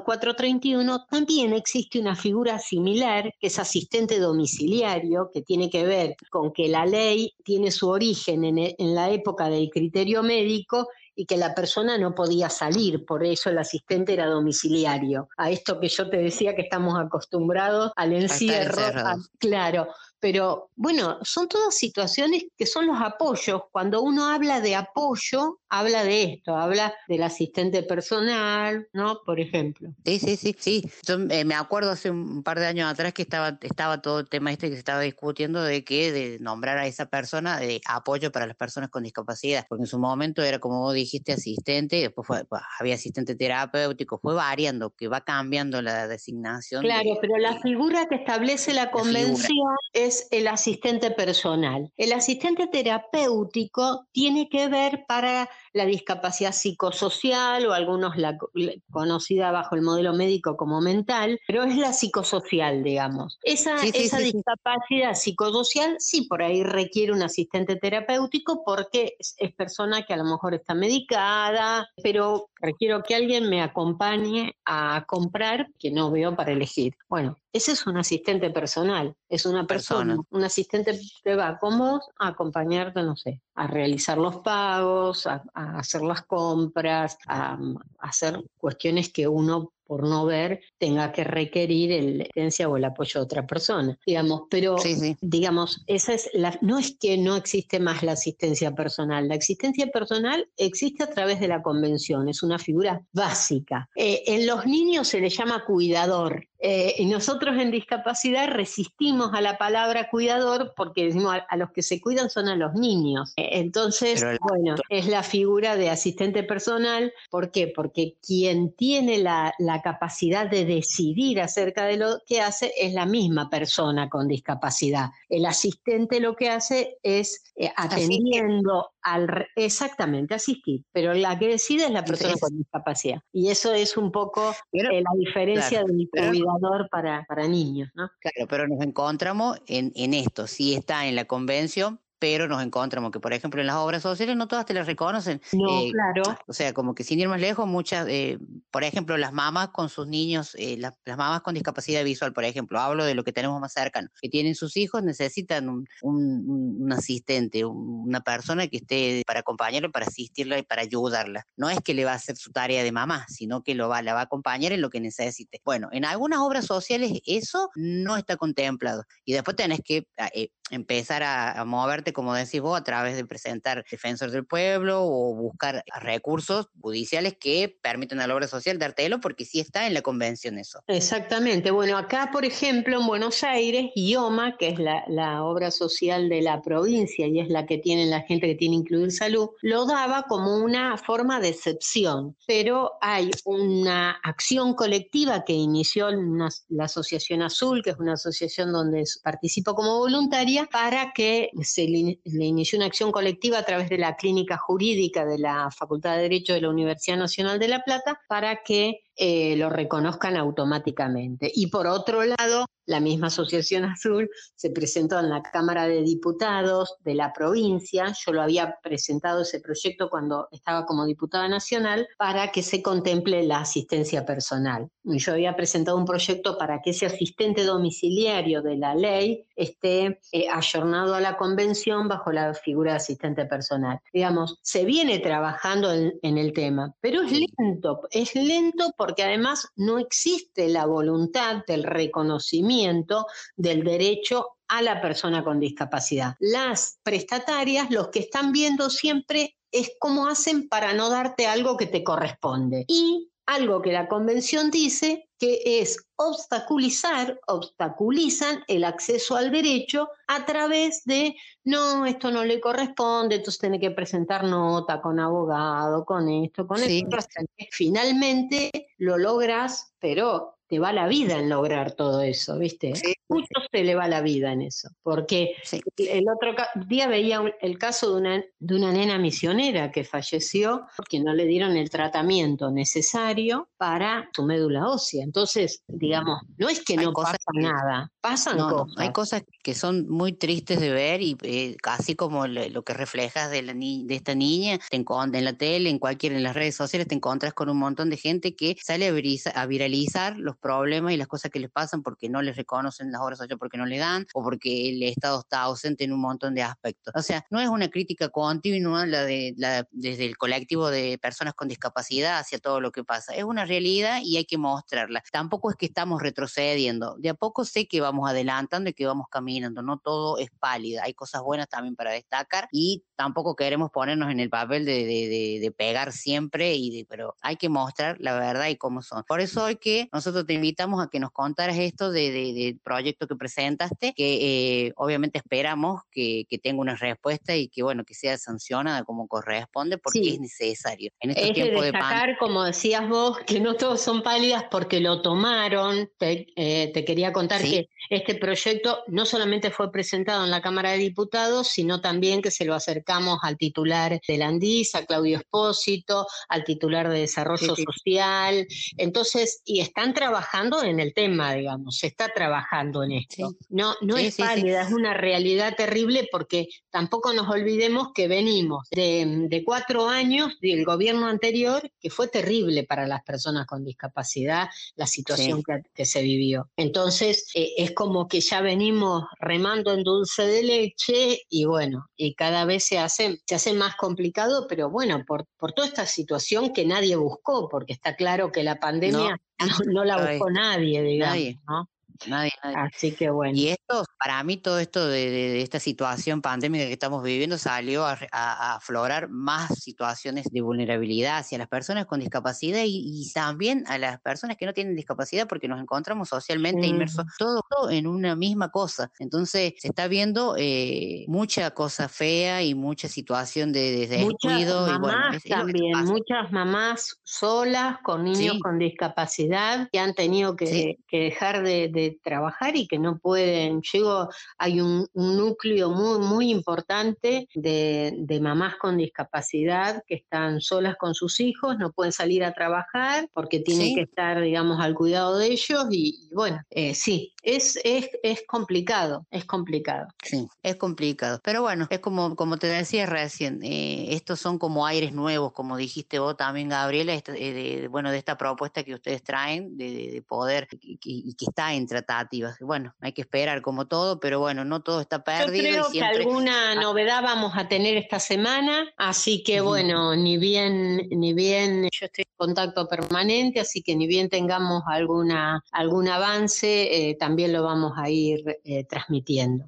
22431, también existe una figura similar que es asistente domiciliario, que tiene que ver con que la ley tiene su origen en la época del criterio médico y que la persona no podía salir, por eso el asistente era domiciliario. A esto que yo te decía que estamos acostumbrados al encierro, claro, pero bueno, son todas situaciones que son los apoyos. Cuando uno habla de apoyo, habla de esto, habla del asistente personal, ¿no? Por ejemplo. Sí. Yo me acuerdo hace un par de años atrás que estaba todo el tema que se estaba discutiendo de nombrar a esa persona de apoyo para las personas con discapacidad, porque en su momento era, como vos dijiste, asistente, después había asistente terapéutico, fue variando, que va cambiando la designación. Claro, pero la figura que establece la convención es el asistente personal. El asistente terapéutico tiene que ver para la discapacidad psicosocial, o algunos la conocida bajo el modelo médico como mental, pero es la psicosocial, digamos. Esa discapacidad psicosocial sí por ahí requiere un asistente terapéutico porque es persona que a lo mejor está medicada, pero requiero que alguien me acompañe a comprar que no veo para elegir. Bueno, ese es un asistente personal, es una persona, un asistente que va con vos a acompañarte, no sé, a realizar los pagos, a hacer las compras, a hacer cuestiones que uno, por no ver, tenga que requerir la asistencia o el apoyo de otra persona, digamos, pero digamos, esa es no es que no existe más la asistencia personal. La asistencia personal existe a través de la convención, es una figura básica. En los niños se le llama cuidador, y nosotros en discapacidad resistimos a la palabra cuidador porque decimos a los que se cuidan son a los niños. Entonces, bueno, es la figura de asistente personal. ¿Por qué? Porque quien tiene la capacidad de decidir acerca de lo que hace es la misma persona con discapacidad. El asistente lo que hace es atendiendo exactamente, asistir, pero la que decide es la persona con discapacidad. Y eso es un poco la diferencia del cuidador para niños, ¿no? Claro, pero nos encontramos en esto, sí está en la convención, pero nos encontramos que, por ejemplo, en las obras sociales no todas te las reconocen. No, claro. O sea, como que sin ir más lejos, muchas, por ejemplo, las mamás con sus niños, las mamás con discapacidad visual, por ejemplo, hablo de lo que tenemos más cercano, que tienen sus hijos, necesitan un asistente, una persona que esté para acompañarla, para asistirla y para ayudarla. No es que le va a hacer su tarea de mamá, sino que la va a acompañar en lo que necesite. Bueno, en algunas obras sociales eso no está contemplado. Y después tenés que empezar a moverte, como decís vos, a través de presentar defensor del pueblo o buscar recursos judiciales que permitan a la obra social dártelo, porque sí está en la convención eso. Exactamente. Bueno, acá, por ejemplo, en Buenos Aires, IOMA, que es la obra social de la provincia y es la que tiene la gente que tiene Incluir Salud, lo daba como una forma de excepción, pero hay una acción colectiva que inició la Asociación Azul, que es una asociación donde participo como voluntaria, para que se le inició una acción colectiva a través de la clínica jurídica de la Facultad de Derecho de la Universidad Nacional de La Plata para que lo reconozcan automáticamente. Y por otro lado, la misma Asociación Azul se presentó en la Cámara de Diputados de la provincia. Yo lo había presentado ese proyecto cuando estaba como diputada nacional para que se contemple la asistencia personal. Yo había presentado un proyecto para que ese asistente domiciliario de la ley esté ayornado a la convención bajo la figura de asistente personal. Digamos, se viene trabajando en el tema, pero es lento porque además no existe la voluntad del reconocimiento del derecho a la persona con discapacidad. Las prestatarias, los que están viendo siempre es cómo hacen para no darte algo que te corresponde. Y algo que la convención dice que es obstaculizan el acceso al derecho a través de, no, esto no le corresponde, entonces tiene que presentar nota con abogado, con esto, con esto. Finalmente lo logras, pero te va la vida en lograr todo eso, ¿viste? Sí. Mucho se le va la vida en eso, porque el otro día veía el caso de una nena misionera que falleció porque no le dieron el tratamiento necesario para su médula ósea. Entonces, digamos, no es que Hay no cosas pasa nada, pasan No, cosas. hay cosas que son muy tristes de ver y así como lo que reflejas de de esta niña, en la tele, en las redes sociales te encuentras con un montón de gente que sale a viralizar los problemas y las cosas que les pasan porque no les reconocen las horas sociales, porque no le dan o porque el Estado está ausente en un montón de aspectos. O sea, no es una crítica continua desde el colectivo de personas con discapacidad hacia todo lo que pasa. Es una realidad y hay que mostrarla. Tampoco es que estamos retrocediendo. De a poco sé que vamos adelantando y que vamos caminando. No todo es pálida. Hay cosas buenas también para destacar y tampoco queremos ponernos en el papel de pegar siempre, pero hay que mostrar la verdad y cómo son. Por eso hoy que nosotros te invitamos a que nos contaras esto del proyecto que presentaste, que obviamente esperamos que tenga una respuesta y que bueno, que sea sancionada como corresponde porque es necesario. En estos Es de tiempos destacar, como decías vos, que no todos son pálidas porque lo tomaron. Te quería contar que este proyecto no solamente fue presentado en la Cámara de Diputados, sino también que se lo acercamos al titular de la ANDIS, a Claudio Espósito, al titular de Desarrollo Social. Entonces, y están trabajando en el tema, digamos, se está trabajando en esto. No es pálida, es una realidad terrible porque tampoco nos olvidemos que venimos de 4 años del gobierno anterior, que fue terrible para las personas con discapacidad, la situación que se vivió. Entonces, es como que ya venimos remando en dulce de leche y bueno, y cada vez se hace más complicado, pero bueno, por toda esta situación que nadie buscó, porque está claro que la pandemia no la buscó nadie, digamos, ¿no? Nadie. Así que bueno. Y esto, para mí, todo esto de esta situación pandémica que estamos viviendo salió a aflorar más situaciones de vulnerabilidad hacia las personas con discapacidad y también a las personas que no tienen discapacidad porque nos encontramos socialmente inmersos todo en una misma cosa. Entonces se está viendo mucha cosa fea y mucha situación de descuido. Muchas y bueno, mamás también, muchas mamás solas con niños con discapacidad que han tenido que dejar de trabajar y que no pueden. Hay un núcleo muy importante de mamás con discapacidad que están solas con sus hijos, no pueden salir a trabajar porque tienen que estar, digamos, al cuidado de ellos y bueno, es complicado, es complicado. Sí, es complicado. Pero bueno, es como te decía recién, estos son como aires nuevos, como dijiste vos también, Gabriela, de esta propuesta que ustedes traen de poder y que está en tratativas. Bueno, hay que esperar como todo, pero bueno, no todo está perdido. Yo creo que alguna novedad vamos a tener esta semana, así que bueno, ni bien yo estoy en contacto permanente, así que ni bien tengamos algún avance, también lo vamos a ir transmitiendo.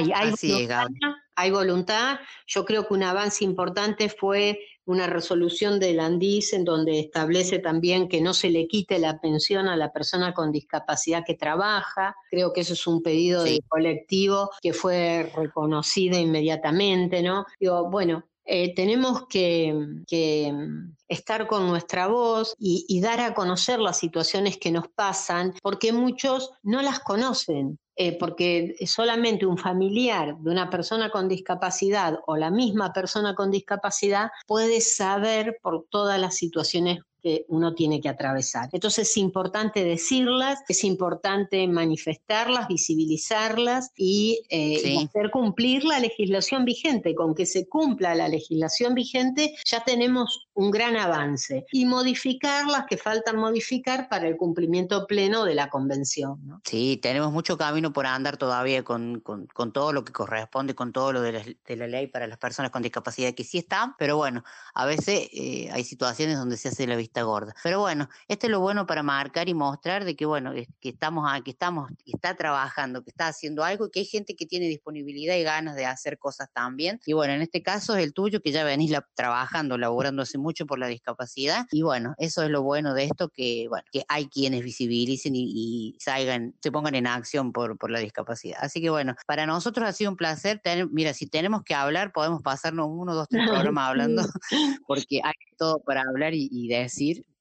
Hay voluntad. Yo creo que un avance importante fue una resolución del ANDIS en donde establece también que no se le quite la pensión a la persona con discapacidad que trabaja. Creo que eso es un pedido del colectivo que fue reconocido inmediatamente, ¿no? Digo, bueno, tenemos que estar con nuestra voz y dar a conocer las situaciones que nos pasan, porque muchos no las conocen. Porque solamente un familiar de una persona con discapacidad o la misma persona con discapacidad puede saber por todas las situaciones que uno tiene que atravesar. Entonces es importante decirlas, es importante manifestarlas, visibilizarlas y hacer cumplir la legislación vigente. Con que se cumpla la legislación vigente ya tenemos un gran avance. Y modificar las que faltan modificar para el cumplimiento pleno de la convención, ¿no? Sí, tenemos mucho camino por andar todavía con todo lo que corresponde, con todo lo de la ley para las personas con discapacidad que sí están, pero bueno, a veces hay situaciones donde se hace la vista gorda. Pero bueno, esto es lo bueno para marcar y mostrar de que bueno, que está trabajando, que está haciendo algo y que hay gente que tiene disponibilidad y ganas de hacer cosas también. Y bueno, en este caso es el tuyo, que ya venís trabajando, laburando hace mucho por la discapacidad. Y bueno, eso es lo bueno de esto, que hay quienes visibilicen y se pongan en acción por la discapacidad. Así que bueno, para nosotros ha sido un placer. Mira, si tenemos que hablar, podemos pasarnos 1, 2, 3 programas hablando, porque hay todo para hablar y decir.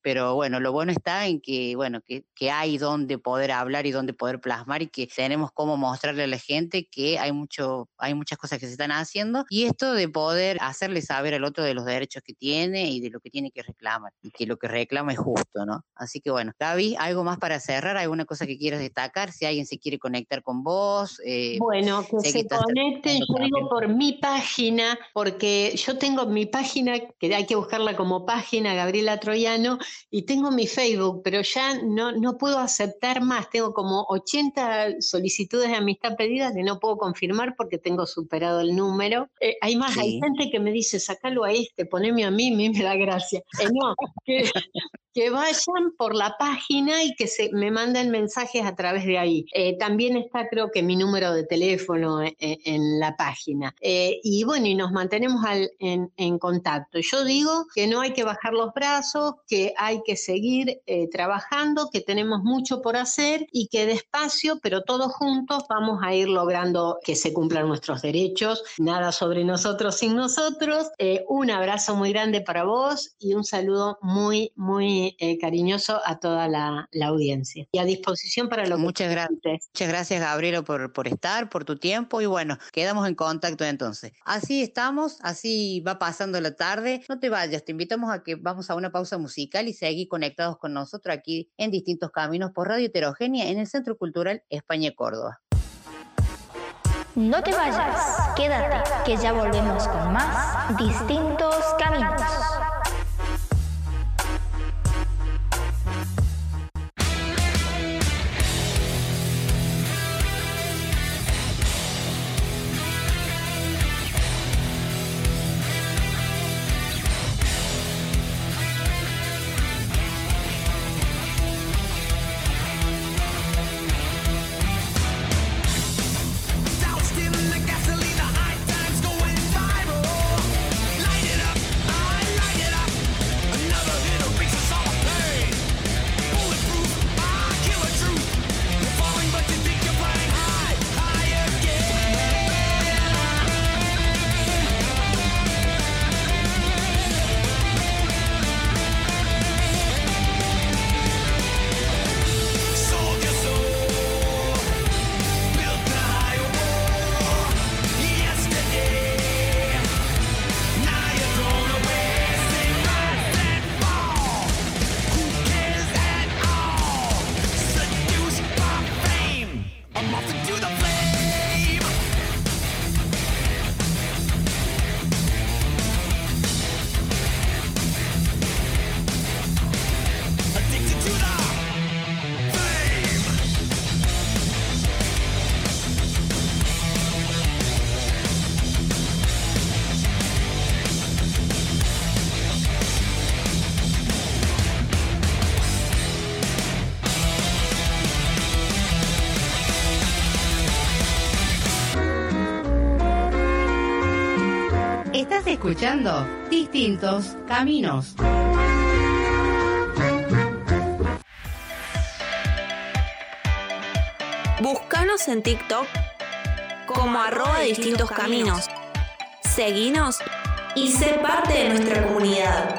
pero bueno, lo bueno está en que, bueno, que hay donde poder hablar y donde poder plasmar y que tenemos cómo mostrarle a la gente que hay muchas cosas que se están haciendo, y esto de poder hacerle saber al otro de los derechos que tiene y de lo que tiene que reclamar, y que lo que reclama es justo, ¿no? Así que bueno, Gaby, ¿algo más para cerrar? ¿Alguna cosa que quieras destacar? Si alguien se quiere conectar con vos. Bueno, que sé se estás conecten, yo trabajando digo por mi página, porque yo tengo mi página, que hay que buscarla como página, Gabriela Troiano, y tengo mi Facebook, pero ya no puedo aceptar más, tengo como 80 solicitudes de amistad pedidas que no puedo confirmar porque tengo superado el número. Hay más, hay Sí. gente que me dice, sacalo a poneme a mí me da gracia. No, que vayan por la página y que me manden mensajes a través de ahí. También está, creo que, mi número de teléfono en la página. Y bueno, y nos mantenemos en contacto. Yo digo que no hay que bajar los brazos, que hay que seguir trabajando, que tenemos mucho por hacer y que despacio, pero todos juntos, vamos a ir logrando que se cumplan nuestros derechos. Nada sobre nosotros sin nosotros. Un abrazo muy grande para vos y un saludo muy, muy cariñoso a toda la audiencia. Y a disposición para lo que Muchas gracias, Gabriela, por estar, por tu tiempo, y bueno, quedamos en contacto entonces. Así estamos, así va pasando la tarde. No te vayas, te invitamos a que vamos a una pausa musical y seguir conectados con nosotros aquí en Distintos Caminos por Radio Heterogénea en el Centro Cultural España Córdoba. No te vayas, quédate, que ya volvemos con más Distintos Caminos. Doused in the gasoline, the high times going viral. Light it up, light it up. Another hit of beats us all pain. Bulletproof, killer truth. You're falling, but you think you're flying high, high again. Sold your soul, built the higher wall. Yesterday, now you're thrown away. Say rise and fall. Who cares at all? Seduced by fame, I'm off into the flame. Addicted to the fame. Estás escuchando Distintos Caminos. Búscanos en TikTok como @distintos-caminos. Seguinos y sé parte de nuestra comunidad.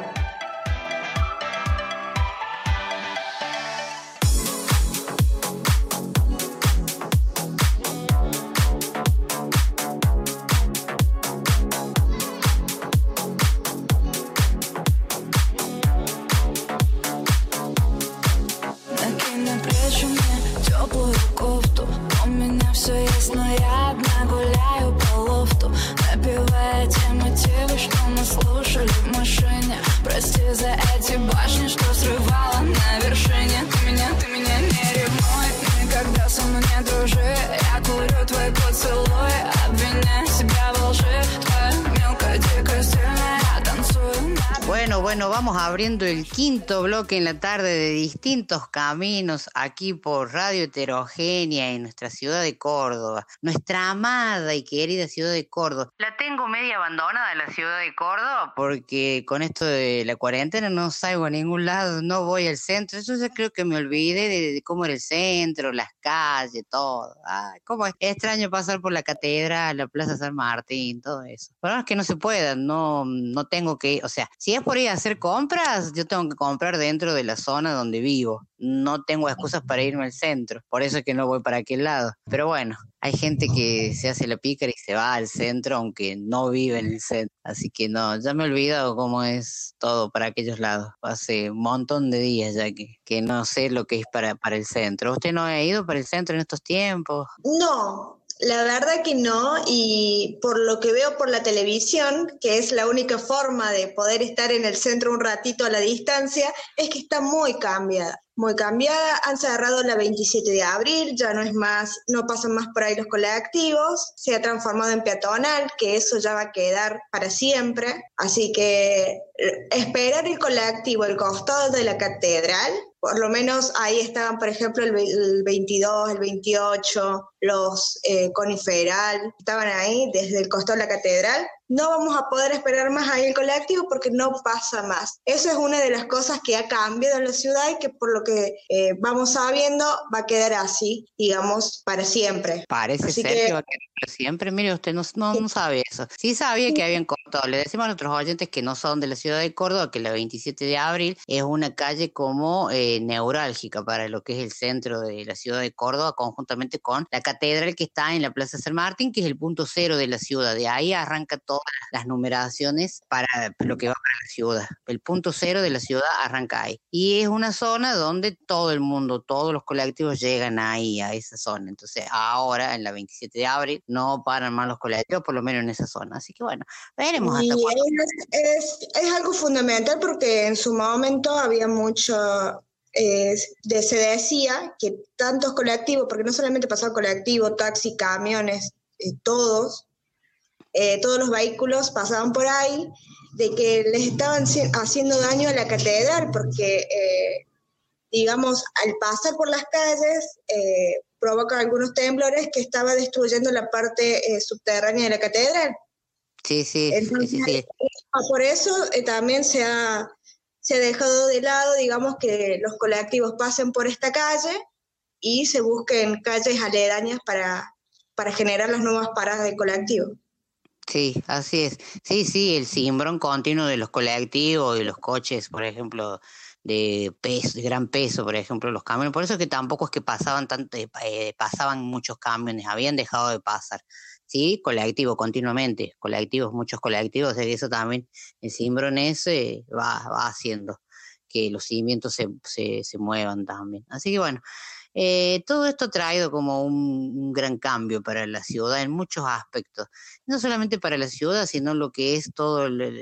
Накинь плечи мне теплую кофту. У меня все есть, но я одна гуляю по лофту, напевая те мотивы, что мы слушали в машине. Прости за эти башни, что срывала на вершине. Ты меня не ревнуй, никогда со мной не дружи. Я курю твой поцелуй, обвиняю себя во лжи. Твоя мелкая, дикая, стильная, я танцую. Bueno, vamos abriendo el quinto bloque en la tarde de Distintos Caminos aquí por Radio Heterogénea en nuestra ciudad de Córdoba, nuestra amada y querida ciudad de Córdoba. La tengo media abandonada la ciudad de Córdoba porque con esto de la cuarentena no salgo a ningún lado, no voy al centro. Yo ya creo que me olvidé de cómo era el centro, las calles, todo. Ay, cómo es extraño pasar por la catedral, la Plaza San Martín, todo eso. Pero no es que no se pueda, no tengo que, o sea, si es por ir a hacer compras, yo tengo que comprar dentro de la zona donde vivo. No tengo excusas para irme al centro, por eso es que no voy para aquel lado. Pero bueno, hay gente que se hace la pícara y se va al centro aunque no vive en el centro. Así que no, ya me he olvidado cómo es todo para aquellos lados. Hace un montón de días ya que no sé lo que es para el centro. ¿Usted no ha ido para el centro en estos tiempos? No, la verdad que no, y por lo que veo por la televisión, que es la única forma de poder estar en el centro un ratito a la distancia, es que está muy cambiada. Muy cambiada, han cerrado la 27 de abril, ya no es más, no pasan más por ahí los colectivos, se ha transformado en peatonal, que eso ya va a quedar para siempre, así que esperar el colectivo al costado de la catedral, por lo menos ahí estaban, por ejemplo, el 22, el 28, los Coniferal, estaban ahí desde el costado de la catedral. No vamos a poder esperar más ahí el colectivo porque no pasa más. Eso es una de las cosas que ha cambiado en la ciudad y que por lo que vamos sabiendo va a quedar así, digamos, para siempre. Parece así ser que va a quedar para siempre. Mire, usted no sabe eso. Sí sabía que habían cortado. Le decimos a nuestros oyentes que no son de la ciudad de Córdoba que la 27 de abril es una calle como neurálgica para lo que es el centro de la ciudad de Córdoba, conjuntamente con la catedral que está en la Plaza San Martín, que es el punto cero de la ciudad. De ahí arranca todas las numeraciones para lo que va para la ciudad. El punto cero de la ciudad arranca ahí. Y es una zona donde todo el mundo, todos los colectivos llegan ahí, a esa zona. Entonces ahora, en la 27 de abril, no paran más los colectivos, por lo menos en esa zona. Así que bueno, veremos hasta cuándo. Es algo fundamental porque en su momento había mucho... se decía que tantos colectivos, porque no solamente pasaban colectivos, taxi, camiones, todos los vehículos pasaban por ahí, de que les estaban haciendo daño a la catedral, porque, digamos, al pasar por las calles, provoca algunos temblores que estaba destruyendo la parte subterránea de la catedral. Sí. Entonces, sí. Por eso también se ha dejado de lado, digamos, que los colectivos pasen por esta calle y se busquen calles aledañas para generar las nuevas paradas de colectivo. Sí, así es. Sí, el cimbrón continuo de los colectivos y los coches, por ejemplo, de gran peso, por ejemplo, los camiones. Por eso es que tampoco es que pasaban pasaban muchos camiones, habían dejado de pasar. Sí, colectivo continuamente, muchos colectivos, de eso también el cimbrón ese va haciendo que los cimientos se muevan también. Así que bueno, todo esto ha traído como un gran cambio para la ciudad en muchos aspectos, no solamente para la ciudad, sino lo que es todo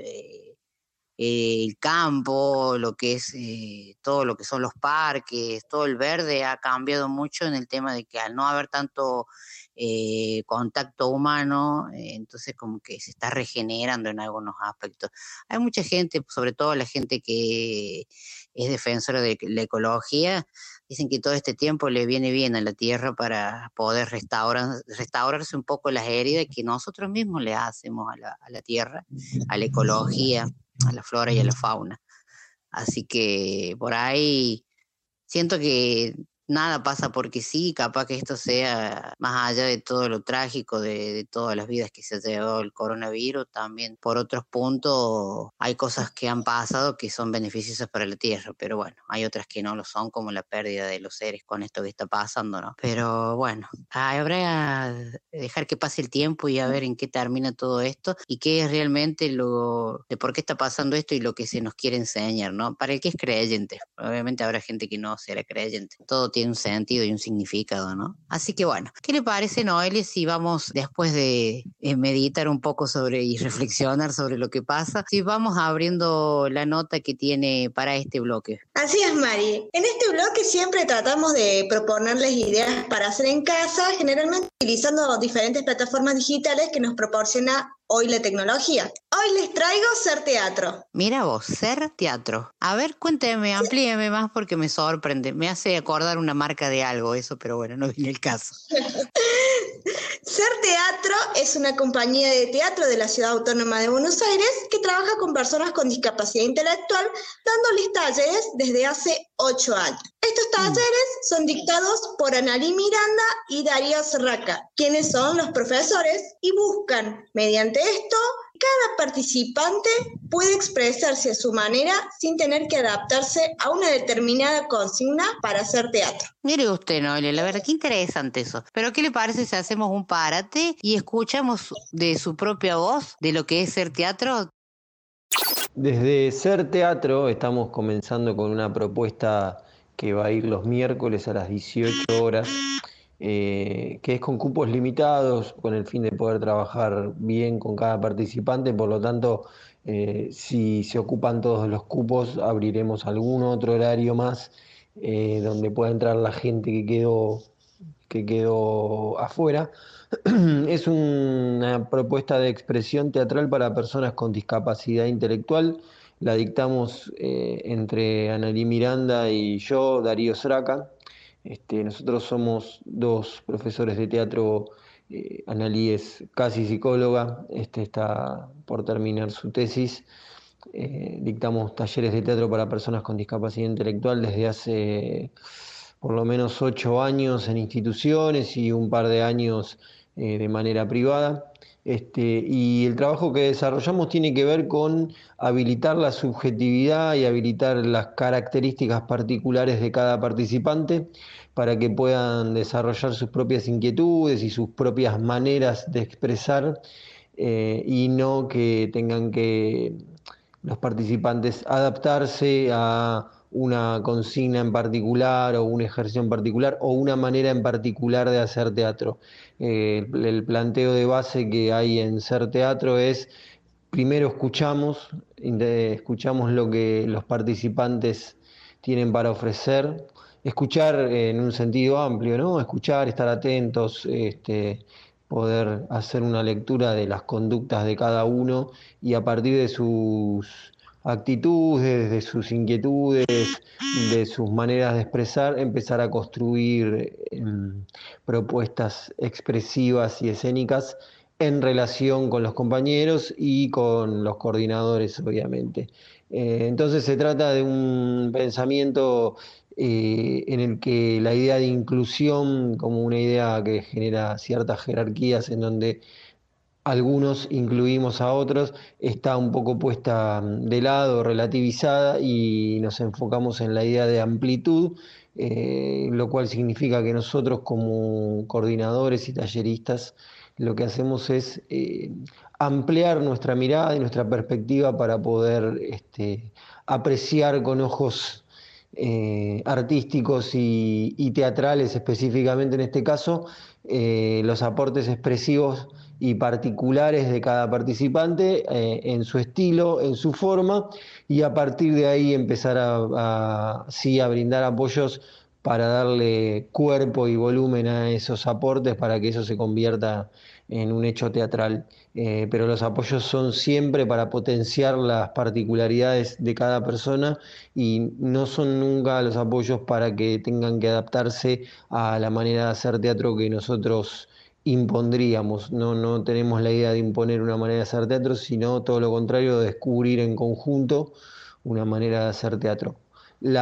el campo, lo que es todo lo que son los parques, todo el verde ha cambiado mucho en el tema de que al no haber tanto contacto humano, entonces como que se está regenerando en algunos aspectos. Hay mucha gente, sobre todo la gente que es defensora de la ecología, dicen que todo este tiempo le viene bien a la tierra para poder restaurarse un poco las heridas que nosotros mismos le hacemos a la tierra, a la ecología, a la flora y a la fauna. Así que por ahí siento que nada pasa porque sí, capaz que esto sea más allá de todo lo trágico de todas las vidas que se ha llevado el coronavirus, también por otros puntos hay cosas que han pasado que son beneficiosas para la tierra, pero bueno, hay otras que no lo son, como la pérdida de los seres con esto que está pasando, ¿no? Pero bueno, habrá dejar que pase el tiempo y a ver en qué termina todo esto y qué es realmente de por qué está pasando esto y lo que se nos quiere enseñar, ¿no? Para el que es creyente, obviamente habrá gente que no será creyente, todo tiene un sentido y un significado, ¿no? Así que bueno, ¿qué le parece, Noelia, si vamos, después de meditar un poco y reflexionar sobre lo que pasa, si vamos abriendo la nota que tiene para este bloque? Así es, Mari. En este bloque siempre tratamos de proponerles ideas para hacer en casa, generalmente utilizando diferentes plataformas digitales que nos proporciona hoy la tecnología. Hoy les traigo Ser Teatro. Mira vos, Ser Teatro. A ver, cuénteme, amplíeme más porque me sorprende. Me hace acordar una marca de algo eso, pero bueno, no viene el caso. Ser Teatro es una compañía de teatro de la Ciudad Autónoma de Buenos Aires que trabaja con personas con discapacidad intelectual, dándoles talleres desde hace 8 años. Estos talleres son dictados por Analí Miranda y Darío Serraca, quienes son los profesores y buscan, mediante esto, cada participante puede expresarse a su manera sin tener que adaptarse a una determinada consigna para hacer teatro. Mire usted, Noelia, la verdad que interesante eso. Pero ¿qué le parece si hacemos un parate y escuchamos de su propia voz de lo que es ser teatro? Desde Ser Teatro estamos comenzando con una propuesta que va a ir los miércoles a las 18 horas, que es con cupos limitados, con el fin de poder trabajar bien con cada participante. Por lo tanto, si se ocupan todos los cupos, abriremos algún otro horario más donde pueda entrar la gente que quedó afuera. Es una propuesta de expresión teatral para personas con discapacidad intelectual. La dictamos entre Analí Miranda y yo, Darío Serraca. Nosotros somos dos profesores de teatro. Analí es casi psicóloga, está por terminar su tesis. Dictamos talleres de teatro para personas con discapacidad intelectual desde hace por lo menos 8 años en instituciones y un par de años de manera privada. Y el trabajo que desarrollamos tiene que ver con habilitar la subjetividad y habilitar las características particulares de cada participante para que puedan desarrollar sus propias inquietudes y sus propias maneras de expresar, y no que tengan que los participantes adaptarse a una consigna en particular o un ejercicio en particular o una manera en particular de hacer teatro. El planteo de base que hay en Ser Teatro es: primero escuchamos lo que los participantes tienen para ofrecer, escuchar en un sentido amplio, ¿no? Escuchar, estar atentos, poder hacer una lectura de las conductas de cada uno y a partir de sus actitudes, de sus inquietudes, de sus maneras de expresar, empezar a construir propuestas expresivas y escénicas en relación con los compañeros y con los coordinadores, obviamente. Entonces se trata de un pensamiento en el que la idea de inclusión, como una idea que genera ciertas jerarquías en donde algunos incluimos a otros, está un poco puesta de lado, relativizada, y nos enfocamos en la idea de amplitud, lo cual significa que nosotros como coordinadores y talleristas lo que hacemos es ampliar nuestra mirada y nuestra perspectiva para poder apreciar con ojos artísticos y teatrales, específicamente en este caso, los aportes expresivos y particulares de cada participante en su estilo, en su forma, y a partir de ahí empezar a brindar apoyos para darle cuerpo y volumen a esos aportes para que eso se convierta en un hecho teatral. Pero los apoyos son siempre para potenciar las particularidades de cada persona y no son nunca los apoyos para que tengan que adaptarse a la manera de hacer teatro que nosotros impondríamos. No tenemos la idea de imponer una manera de hacer teatro, sino todo lo contrario, de descubrir en conjunto una manera de hacer teatro. El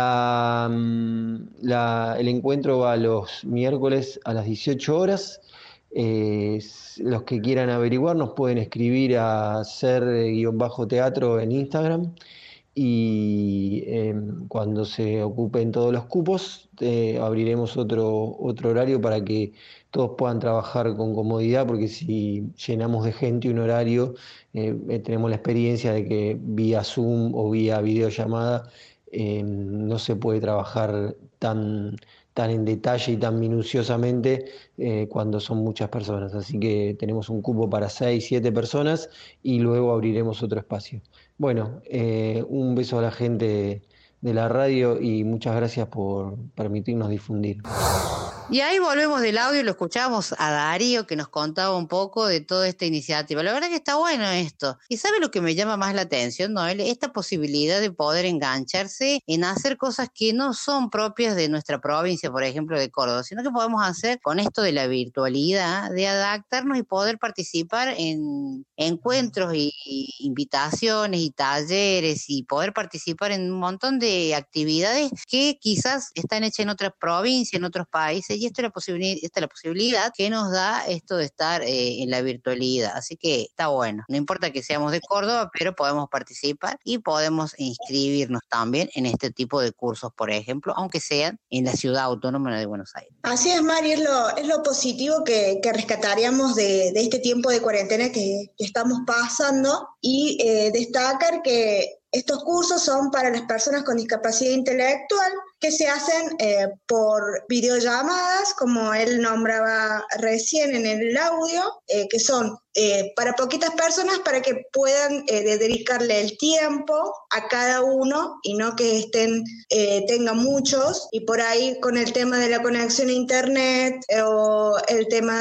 encuentro va los miércoles a las 18 horas. Los que quieran averiguar nos pueden escribir a ser-teatro en Instagram y cuando se ocupen todos los cupos abriremos otro horario para que todos puedan trabajar con comodidad, porque si llenamos de gente un horario, tenemos la experiencia de que vía Zoom o vía videollamada no se puede trabajar tan en detalle y tan minuciosamente cuando son muchas personas. Así que tenemos un cupo para 6, 7 personas y luego abriremos otro espacio. Bueno, un beso a la gente de la radio y muchas gracias por permitirnos difundir. Y ahí volvemos del audio y lo escuchamos a Darío que nos contaba un poco de toda esta iniciativa. La verdad que está bueno esto. ¿Y sabe lo que me llama más la atención, Noel? Esta posibilidad de poder engancharse en hacer cosas que no son propias de nuestra provincia, por ejemplo, de Córdoba, sino que podemos hacer con esto de la virtualidad, de adaptarnos y poder participar en encuentros y invitaciones y talleres y poder participar en un montón de actividades que quizás están hechas en otras provincias, en otros países, y esta es la posibilidad que nos da esto de estar en la virtualidad. Así que está bueno. No importa que seamos de Córdoba, pero podemos participar y podemos inscribirnos también en este tipo de cursos, por ejemplo, aunque sean en la ciudad autónoma de Buenos Aires. Así es, Mari, es lo positivo que rescataríamos de este tiempo de cuarentena que estamos pasando, y destacar que estos cursos son para las personas con discapacidad intelectual, que se hacen por videollamadas, como él nombraba recién en el audio, que son para poquitas personas, para que puedan dedicarle el tiempo a cada uno y no que tengan muchos. Y por ahí con el tema de la conexión a internet o el tema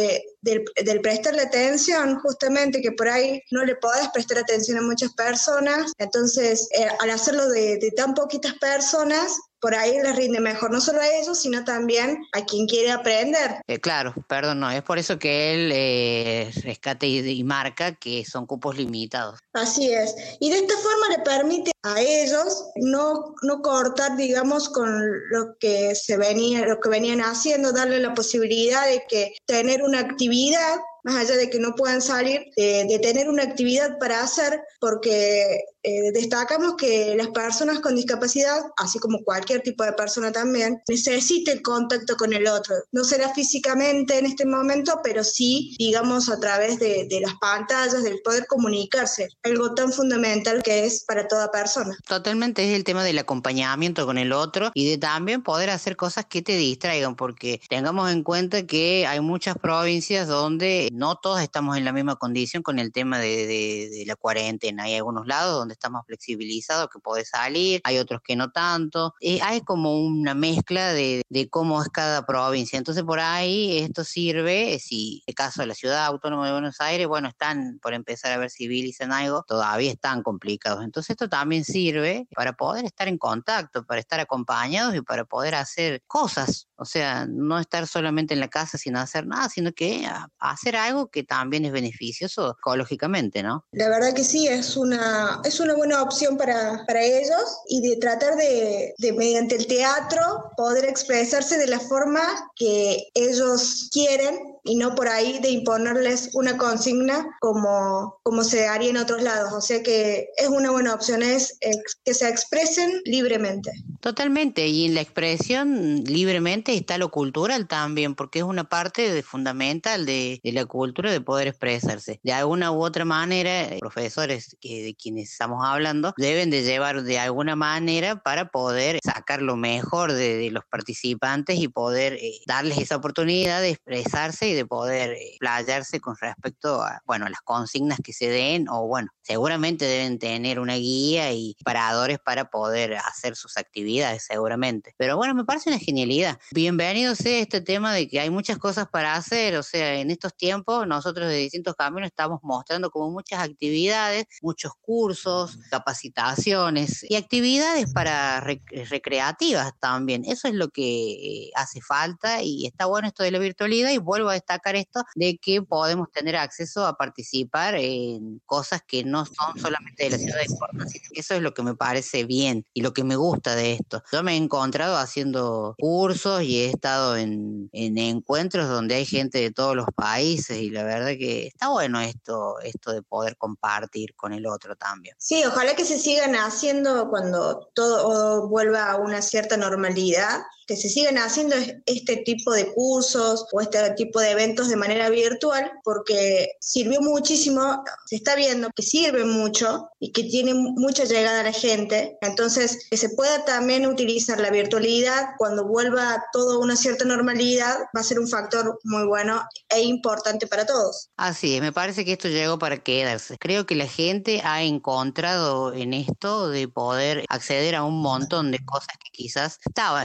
del prestarle atención, justamente, que por ahí no le podés prestar atención a muchas personas. Entonces, al hacerlo de tan poquitas personas, por ahí les rinde mejor, no solo a ellos, sino también a quien quiere aprender. Claro, perdón, no, es por eso que él rescata y marca que son cupos limitados. Así es, y de esta forma le permite a ellos no cortar, digamos, con lo que venían haciendo, darle la posibilidad de que tener una actividad, más allá de que no puedan salir, de tener una actividad para hacer, porque destacamos que las personas con discapacidad, así como cualquier tipo de persona también, necesita el contacto con el otro. No será físicamente en este momento, pero sí, digamos, a través de las pantallas, del poder comunicarse, algo tan fundamental que es para toda persona. Totalmente, es el tema del acompañamiento con el otro y de también poder hacer cosas que te distraigan, porque tengamos en cuenta que hay muchas provincias donde no todos estamos en la misma condición con el tema de la cuarentena. Hay algunos lados donde está más flexibilizado, que podés salir, hay otros que no tanto. Hay como una mezcla de cómo es cada provincia. Entonces, por ahí esto sirve, si el caso de la Ciudad Autónoma de Buenos Aires, bueno, están por empezar a ver civilizan algo, todavía están complicados. Entonces, esto también sirve para poder estar en contacto, para estar acompañados y para poder hacer cosas. O sea, no estar solamente en la casa sin hacer nada, sino que hacer algo que también es beneficioso ecológicamente, ¿no? La verdad que sí, es una buena opción para ellos, y de tratar de mediante el teatro poder expresarse de la forma que ellos quieren, y no por ahí de imponerles una consigna como se haría en otros lados. O sea que es una buena opción, es que se expresen libremente. Totalmente, y en la expresión libremente está lo cultural también, porque es una parte fundamental de la cultura, de poder expresarse. De alguna u otra manera, profesores de quienes estamos hablando deben de llevar de alguna manera para poder sacar lo mejor de los participantes y poder darles esa oportunidad de expresarse y de poder playarse con respecto a, bueno, las consignas que se den, o bueno, seguramente deben tener una guía y paradores para poder hacer sus actividades, seguramente. Pero bueno, me parece una genialidad. Bienvenido sea este tema de que hay muchas cosas para hacer. O sea, en estos tiempos nosotros de Distintos Caminos estamos mostrando como muchas actividades, muchos cursos, capacitaciones y actividades para recreativas también. Eso es lo que hace falta, y está bueno esto de la virtualidad, y vuelvo a destacar esto de que podemos tener acceso a participar en cosas que no son solamente de la ciudad de Córdoba. Eso es lo que me parece bien y lo que me gusta de esto. Yo me he encontrado haciendo cursos y he estado en encuentros donde hay gente de todos los países, y la verdad que está bueno esto de poder compartir con el otro también. Sí, ojalá que se sigan haciendo cuando todo vuelva a una cierta normalidad, que se sigan haciendo este tipo de cursos o este tipo de eventos de manera virtual, porque sirvió muchísimo, se está viendo que sirve mucho y que tiene mucha llegada a la gente. Entonces, que se pueda también utilizar la virtualidad cuando vuelva todo a una cierta normalidad va a ser un factor muy bueno e importante para todos. Así es, me parece que esto llegó para quedarse. Creo que la gente ha encontrado en esto de poder acceder a un montón de cosas que quizás siempre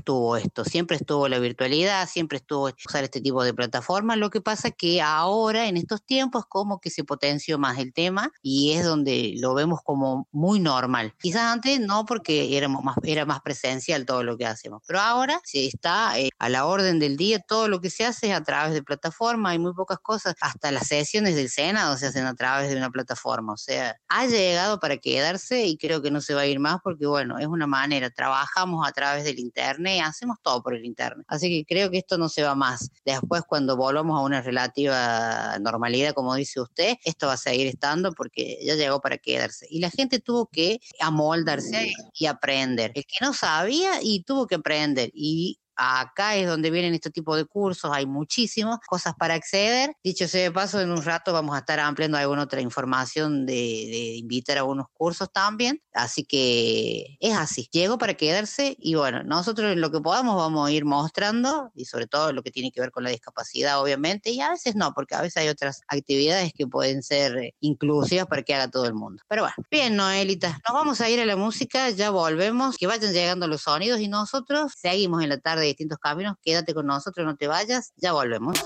estuvo esto, siempre estuvo la virtualidad, siempre estuvo usar este tipo de plataformas. Lo que pasa que ahora, en estos tiempos, como que se potenció más el tema y es donde lo vemos como muy normal. Quizás antes no, porque era más presencial todo lo que hacemos, pero ahora se está a la orden del día, todo lo que se hace es a través de plataformas, hay muy pocas cosas, hasta las sesiones del Senado se hacen a través de una plataforma, o sea, ha llegado para quedarse y creo que no se va a ir más porque, bueno, es una manera, trabajamos a través del internet, hacemos todo por el internet, así que creo que esto no se va más. Después, cuando volvamos a una relativa normalidad, como dice usted, esto va a seguir estando porque ya llegó para quedarse. Y la gente tuvo que amoldarse y aprender. El que no sabía y tuvo que aprender. Y acá es donde vienen este tipo de cursos, hay muchísimas cosas para acceder. Dicho sea de paso, en un rato vamos a estar ampliando alguna otra información de invitar a unos cursos también, así que es así, llegó para quedarse y bueno, nosotros en lo que podamos vamos a ir mostrando y sobre todo lo que tiene que ver con la discapacidad obviamente, y a veces no, porque a veces hay otras actividades que pueden ser inclusivas para que haga todo el mundo. Pero bueno, bien Noelita, nos vamos a ir a la música, ya volvemos, que vayan llegando los sonidos y nosotros seguimos en la tarde de Distintos Caminos. Quédate con nosotros, no te vayas, ya volvemos.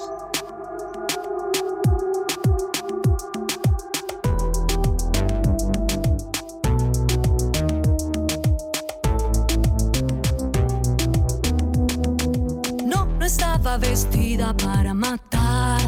No estaba vestida para matar.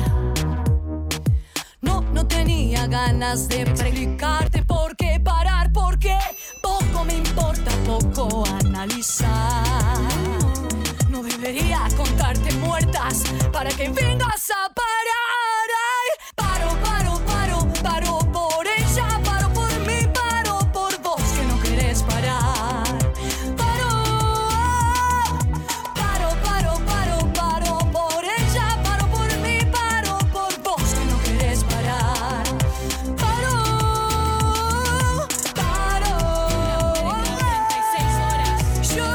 No tenía ganas de predicarte por qué parar, porque poco me importa, poco analizar. No debería contarte muertas para que vengas a parar. Ay, paro por ella, paro por mí, paro por vos que no querés parar. Paro por ella, paro por mí, paro por vos que no querés parar. Paro. 36 horas. Yo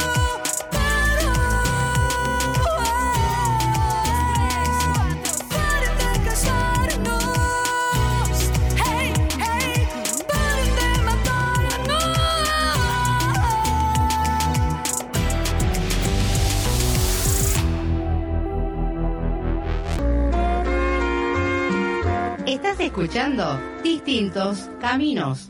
Estás escuchando Distintos Caminos.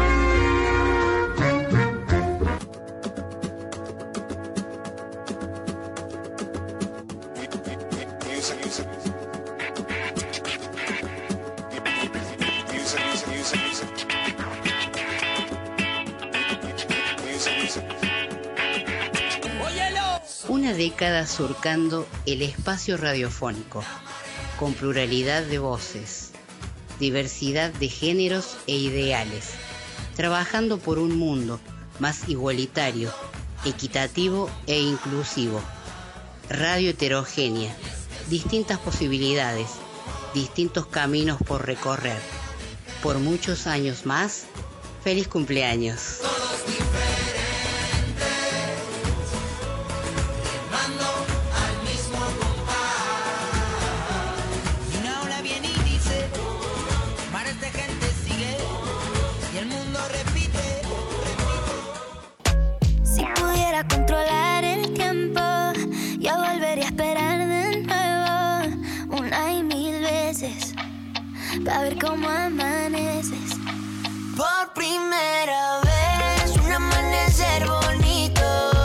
Una década surcando el espacio radiofónico, con pluralidad de voces, diversidad de géneros e ideales, trabajando por un mundo más igualitario, equitativo e inclusivo. Radio heterogénea, distintas posibilidades, distintos caminos por recorrer. Por muchos años más, feliz cumpleaños. Controlar el tiempo, yo volvería a esperar de nuevo una y mil veces para ver cómo amaneces. Por primera vez, un amanecer bonito.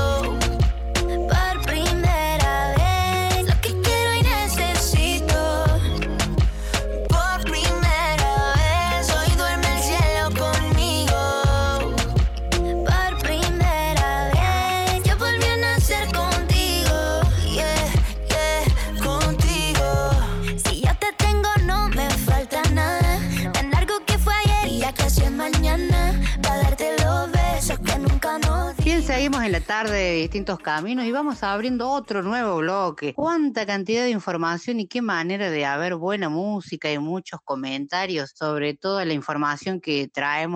Por primera vez, lo que quiero y necesito. Por primera vez, hoy duerme el cielo conmigo. Por primera vez, yo volví a nacer contigo. Yeah, contigo. Si yo te tengo, no me falta nada. Tan largo que fue ayer y ya casi es mañana. Para darte los besos que nunca nos di. Bien, seguimos en la tarde de Distintos Caminos y vamos abriendo otro nuevo bloque. Cuánta cantidad de información y qué manera de haber buena música y muchos comentarios sobre toda la información que traemos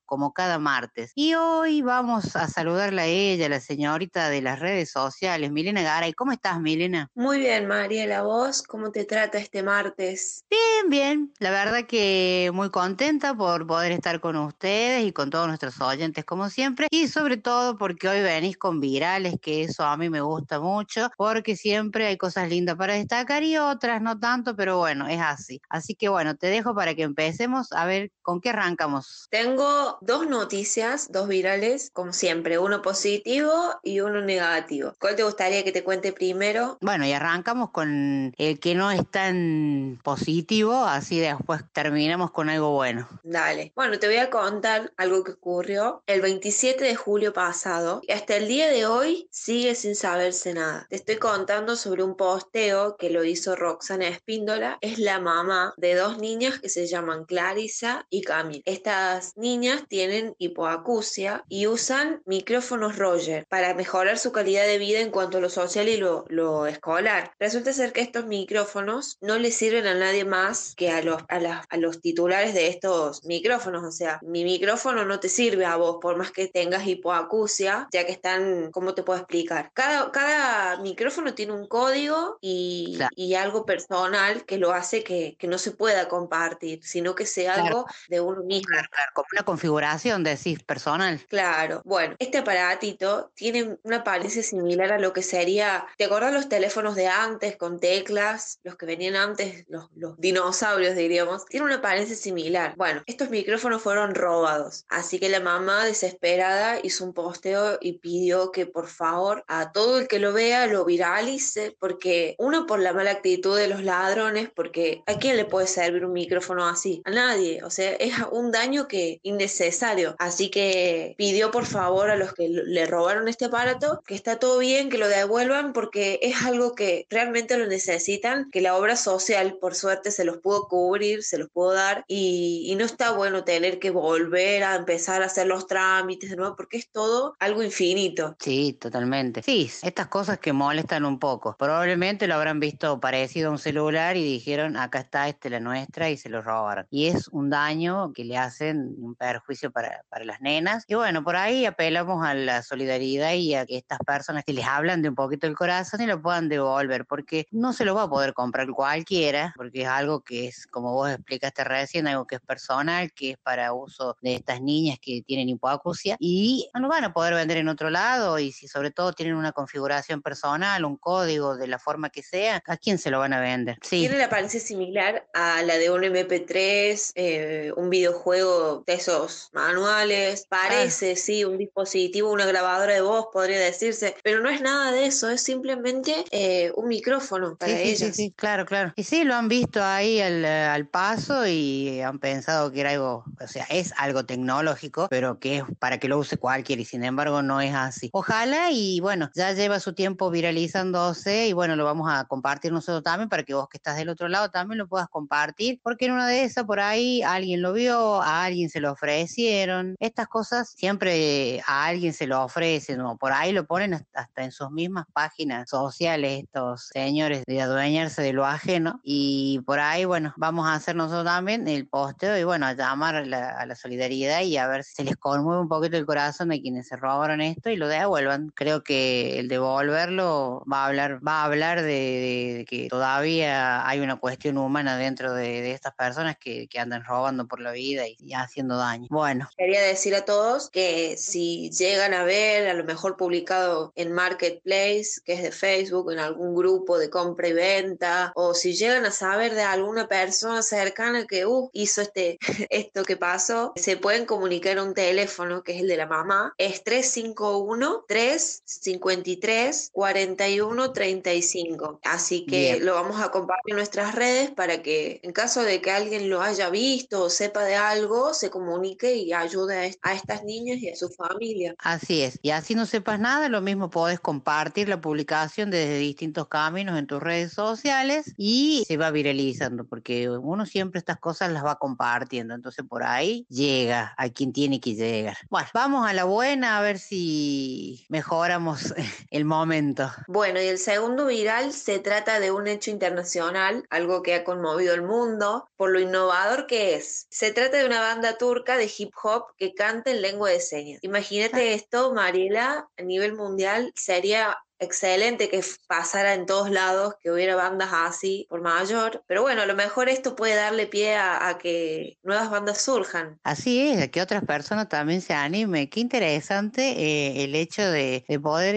como cada martes. Y hoy vamos a saludarla a ella, la señorita de las redes sociales, Milena Garay. ¿Cómo estás, Milena? Muy bien, Mariela, ¿vos cómo te trata este martes? Bien, bien. La verdad que muy contenta por poder estar con ustedes y con todos nuestros oyentes como siempre. Y sobre todo porque hoy venís con virales, que eso a mí me gusta mucho, porque siempre hay cosas lindas para destacar y otras no tanto, pero bueno, es así. Así que bueno, te dejo para que empecemos a ver con qué arrancamos. Tengo dos noticias, dos virales, como siempre, uno positivo y uno negativo. ¿Cuál te gustaría que te cuente primero? Bueno, y arrancamos con el que no es tan positivo, así después terminamos con algo bueno. Dale. Bueno, te voy a contar algo que ocurrió el 27 de julio pasado y hasta el día de hoy sigue sin saberse nada. Te estoy contando sobre un posteo que lo hizo Roxana Espíndola. Es la mamá de dos niñas que se llaman Clarisa y Camila. Estas niñas tienen hipoacusia y usan micrófonos Roger para mejorar su calidad de vida en cuanto a lo social y lo escolar. Resulta ser que estos micrófonos no le sirven a nadie más que a los titulares de estos micrófonos. O sea, mi micrófono no te sirve a vos por más que tengas hipoacusia, ya que están, ¿cómo te puedo explicar? Cada micrófono tiene un código y algo personal que lo hace que no se pueda compartir, sino que sea algo de uno mismo. Claro, como una configuración, decís, personal. Claro. Bueno, este aparatito tiene una apariencia similar a lo que sería, ¿te acordás los teléfonos de antes con teclas? Los que venían antes, los dinosaurios diríamos. Tiene una apariencia similar. Bueno, estos micrófonos fueron robados, así que la mamá desesperada hizo un posteo y pidió que por favor a todo el que lo vea lo viralice, porque uno, por la mala actitud de los ladrones, porque ¿a quién le puede servir un micrófono así? A nadie. O sea, es un daño que innecesario. Así que pidió por favor a los que le robaron este aparato que está todo bien, que lo devuelvan, porque es algo que realmente lo necesitan, que la obra social por suerte se los pudo cubrir, se los pudo dar, y no está bueno tener que volver a empezar a hacer los trámites de nuevo, porque es todo algo infinito. Sí, totalmente. Sí, estas cosas que molestan un poco. Probablemente lo habrán visto parecido a un celular y dijeron, acá está la nuestra, y se lo robaron. Y es un daño que le hacen, un perjuicio para las nenas. Y bueno, por ahí apelamos a la solidaridad y a que estas personas que les hablan de un poquito el corazón y lo puedan devolver, porque no se lo va a poder comprar cualquiera, porque es algo que es, como vos explicaste recién, algo que es personal, que es para uso de estas niñas que tienen hipoacusia, y no lo van a poder vender en otro lado, y si sobre todo tienen una configuración personal, un código de la forma que sea, ¿a quién se lo van a vender? Sí. Tiene la apariencia similar a la de un MP3, un videojuego de esos manuales, parece, sí, un dispositivo, una grabadora de voz, podría decirse, pero no es nada de eso, es simplemente un micrófono para ellas. Sí, claro. Y sí, lo han visto ahí al paso y han pensado que era algo, o sea, es algo tecnológico, pero que es para que lo use cualquiera, y sin embargo no es así. Ojalá, y bueno, ya lleva su tiempo viralizándose, y bueno, lo vamos a compartir nosotros también para que vos que estás del otro lado también lo puedas compartir, porque en una de esas por ahí alguien lo vio, a alguien se lo ofrecieron. Estas cosas siempre a alguien se lo ofrecen, o por ahí lo ponen hasta en sus mismas páginas sociales estos señores de adueñarse de lo ajeno, y por ahí, bueno, vamos a hacer nosotros también el posteo y bueno, a llamar a la solidaridad y a ver si se les conmueve un poquito el corazón de quienes se robaron esto y lo devuelvan. Creo que el devolverlo va a hablar de que todavía hay una cuestión humana dentro de estas personas que andan robando por la vida y haciendo daño. Bueno. Quería decir a todos que si llegan a ver, a lo mejor publicado en Marketplace, que es de Facebook, en algún grupo de compra y venta, o si llegan a saber de alguna persona cercana que hizo esto que pasó, se pueden comunicar a un teléfono que es el de la mamá, es 351-353-4135. Así que bien, lo vamos a compartir en nuestras redes para que en caso de que alguien lo haya visto o sepa de algo, se comunique y ayude a estas niñas y a su familia. Así es, y así no sepas nada, lo mismo podés compartir la publicación desde distintos caminos en tus redes sociales y se va viralizando, porque uno siempre estas cosas las va compartiendo, entonces por ahí llega a quien tiene que llegar. Bueno, vamos a la buena a ver si mejoramos el momento. Bueno, y el segundo viral se trata de un hecho internacional, algo que ha conmovido el mundo por lo innovador que es. Se trata de una banda turca de hip hop que canta en lengua de señas. Imagínate esto, Mariela, a nivel mundial sería excelente que pasara en todos lados, que hubiera bandas así por mayor, pero bueno, a lo mejor esto puede darle pie a que nuevas bandas surjan. Así es, a que otras personas también se animen. Qué interesante el hecho de poder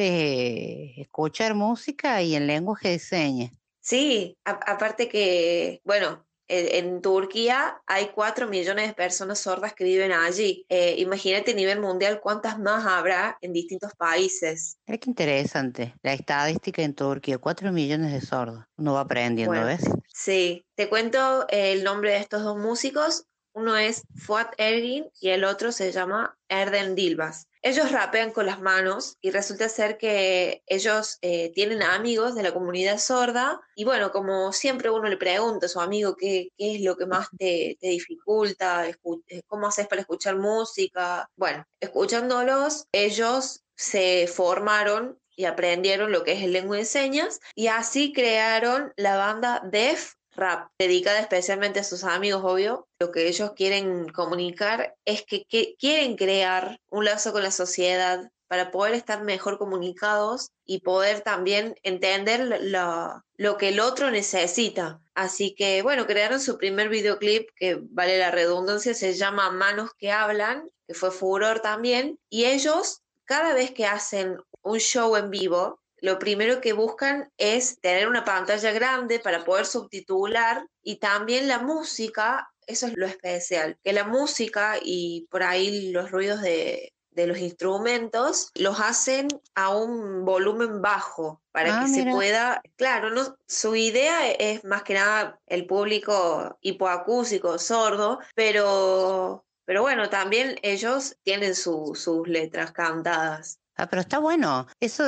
escuchar música y en lenguaje de señas. Sí, aparte que, bueno, en Turquía hay 4 millones de personas sordas que viven allí. Imagínate a nivel mundial cuántas más habrá en distintos países. Mira qué interesante. La estadística en Turquía, 4 millones de sordos. Uno va aprendiendo, Bueno, ¿ves? sí, te cuento el nombre de estos 2 músicos. Uno es Fuat Ergin y el otro se llama Erdem Dilbaz. Ellos rapean con las manos y resulta ser que ellos tienen amigos de la comunidad sorda y bueno, como siempre uno le pregunta a su amigo qué es lo que más te dificulta, cómo haces para escuchar música. Bueno, escuchándolos, ellos se formaron y aprendieron lo que es el lengua de señas y así crearon la banda Def Rap, dedicada especialmente a sus amigos, obvio. Lo que ellos quieren comunicar es que quieren crear un lazo con la sociedad para poder estar mejor comunicados y poder también entender lo que el otro necesita. Así que, bueno, crearon su primer videoclip, que vale la redundancia, se llama Manos que Hablan, que fue furor también, y ellos, cada vez que hacen un show en vivo, lo primero que buscan es tener una pantalla grande para poder subtitular y también la música, eso es lo especial, que la música y por ahí los ruidos de los instrumentos los hacen a un volumen bajo para que se pueda, claro, no, su idea es más que nada el público hipoacústico, sordo, pero bueno, también ellos tienen sus letras cantadas. Ah, pero está bueno. Eso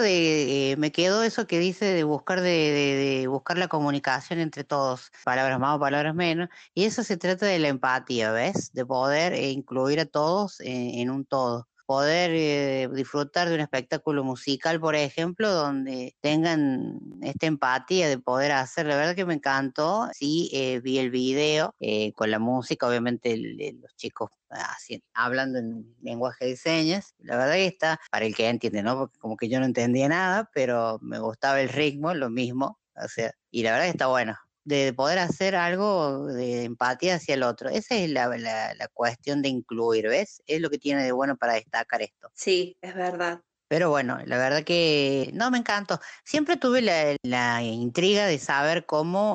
me quedó eso que dice de buscar de buscar la comunicación entre todos, palabras más o palabras menos, y eso se trata de la empatía, ¿ves? De poder incluir a todos en un todo. Poder disfrutar de un espectáculo musical, por ejemplo, donde tengan esta empatía de poder hacer. La verdad que me encantó. Sí, vi el video con la música, obviamente los chicos hablando en lenguaje de señas. La verdad que está, para el que entiende, ¿no? Porque como que yo no entendía nada, pero me gustaba el ritmo, lo mismo. O sea, y la verdad que está bueno. De poder hacer algo de empatía hacia el otro. Esa es la cuestión de incluir, ¿ves? Es lo que tiene de bueno para destacar esto. Sí, es verdad. Pero bueno, la verdad que no, me encantó. Siempre tuve la intriga de saber cómo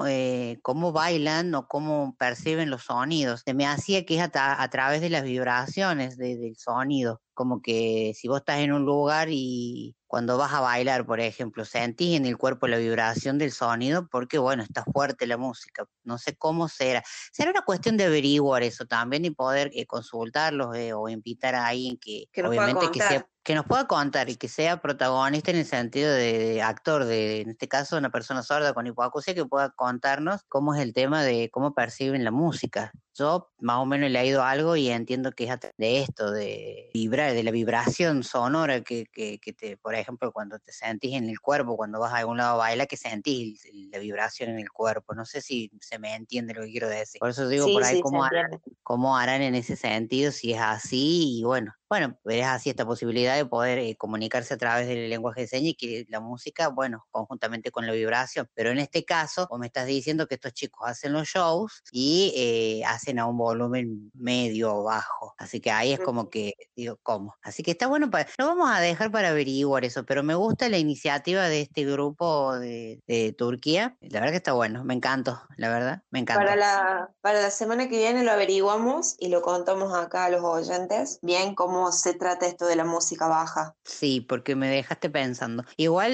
bailan o cómo perciben los sonidos. Se me hacía que es a través de las vibraciones del sonido. Como que si vos estás en un lugar y cuando vas a bailar, por ejemplo, sentís en el cuerpo la vibración del sonido porque, bueno, está fuerte la música. No sé cómo será. Será una cuestión de averiguar eso también y poder consultarlos o invitar a alguien que nos obviamente pueda contar. que nos pueda contar y que sea protagonista en el sentido de actor, en este caso una persona sorda con hipoacusia que pueda contarnos cómo es el tema de cómo perciben la música. Yo más o menos he leído algo y entiendo que es de esto, de vibrar, de la vibración sonora que te, por ejemplo, cuando te sentís en el cuerpo, cuando vas a algún lado a bailar, que sentís la vibración en el cuerpo. No sé si se me entiende lo que quiero decir. Por eso digo, Sí, por ahí sí, cómo harán en ese sentido, si es así, y bueno, es así esta posibilidad de poder comunicarse a través del lenguaje de señas y que la música, bueno, conjuntamente con la vibración. Pero en este caso, vos me estás diciendo que estos chicos hacen los shows y hacen a un volumen medio o bajo. Así que ahí es como que, digo, ¿cómo? Así que está bueno, lo vamos a dejar para averiguar eso, pero me gusta la iniciativa de este grupo de Turquía. La verdad que está bueno, me encantó, la verdad, me encantó. Para la semana que viene lo averiguamos y lo contamos acá a los oyentes, bien cómo se trata esto de la música baja. Sí, porque me dejaste pensando. Igual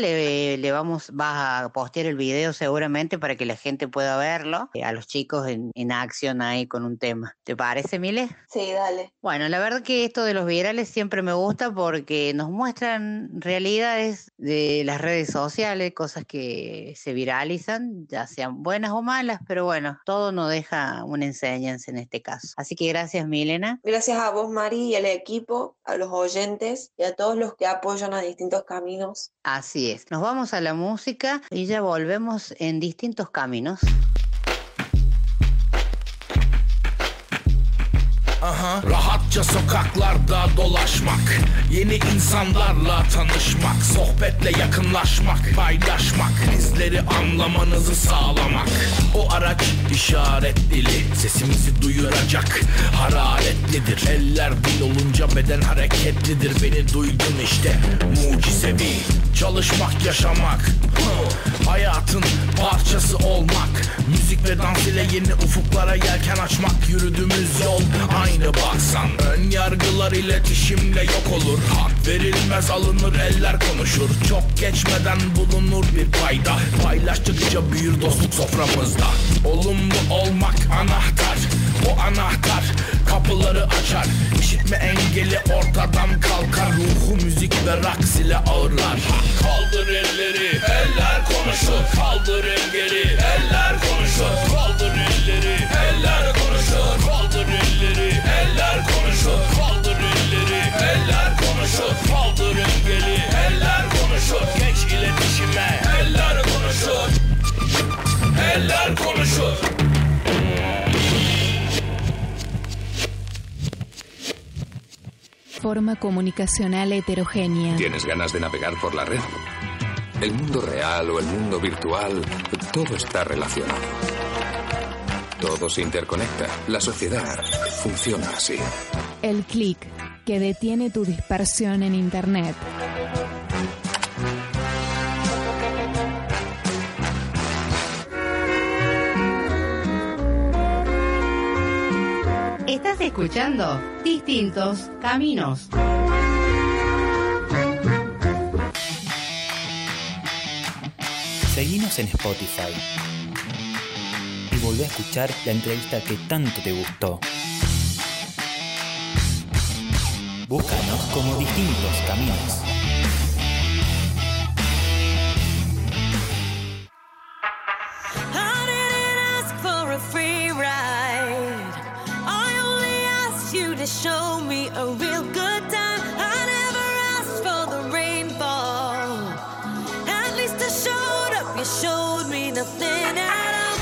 vas a postear el video seguramente para que la gente pueda verlo, a los chicos en acción ahí con un tema. ¿Te parece, Mile? Sí, dale. Bueno, la verdad que esto de los virales siempre me gusta porque nos muestran realidades de las redes sociales, cosas que se viralizan, ya sean buenas o malas, pero bueno, todo nos deja una enseñanza en este caso. Así que gracias, Milena. Gracias a vos, Mari, y al equipo, a los oyentes y a todos los que apoyan a Distintos Caminos. Así es. Nos vamos a la música y ya volvemos en Distintos Caminos. Rahat Rahatça sokaklarda dolaşmak, yeni insanlarla tanışmak, sohbetle yakınlaşmak, paylaşmak, bizleri anlamanızı sağlamak. O araç işaret dili, sesimizi duyuracak, hararetlidir. Eller dil olunca beden hareketlidir. Beni duydun işte, mucizevi. Çalışmak, yaşamak, hayatın parçası olmak. Müzik ve dans ile yeni ufuklara yelken açmak. Yürüdüğümüz yol aynı baksan. Ön yargılar iletişimle yok olur. Hak verilmez alınır, eller konuşur. Çok geçmeden bulunur bir payda. Paylaştıkça büyür dostluk soframızda. Olumlu olmak anahtar. O anahtar kapıları açar. İşitme engeli ortadan kalkar. Ruhu müzik ve raks ile ağırlar. Kaldır elleri, eller konuşur. Kaldır engeli, eller konuşur. Kaldır elleri, eller konuşur. Kaldır elleri, eller konuşur. Kaldır elleri, eller konuşur. Kaldır engeli, eller konuşur. Geç iletişime, eller konuşur. Eller konuşur. Forma comunicacional heterogénea. ¿Tienes ganas de navegar por la red? El mundo real o el mundo virtual, todo está relacionado. Todo se interconecta. La sociedad funciona así. El clic que detiene tu dispersión en Internet. Estás escuchando Distintos Caminos. Seguinos en Spotify y volvé a escuchar la entrevista que tanto te gustó. Búscanos como Distintos Caminos. I didn't ask for a free ride. I only asked you to show me a real good time. I never asked for the rainfall. At least I showed up. You showed me nothing at all.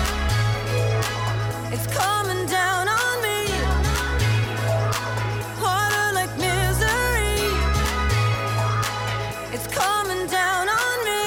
It's coming down on me. Water like misery. It's coming down on me.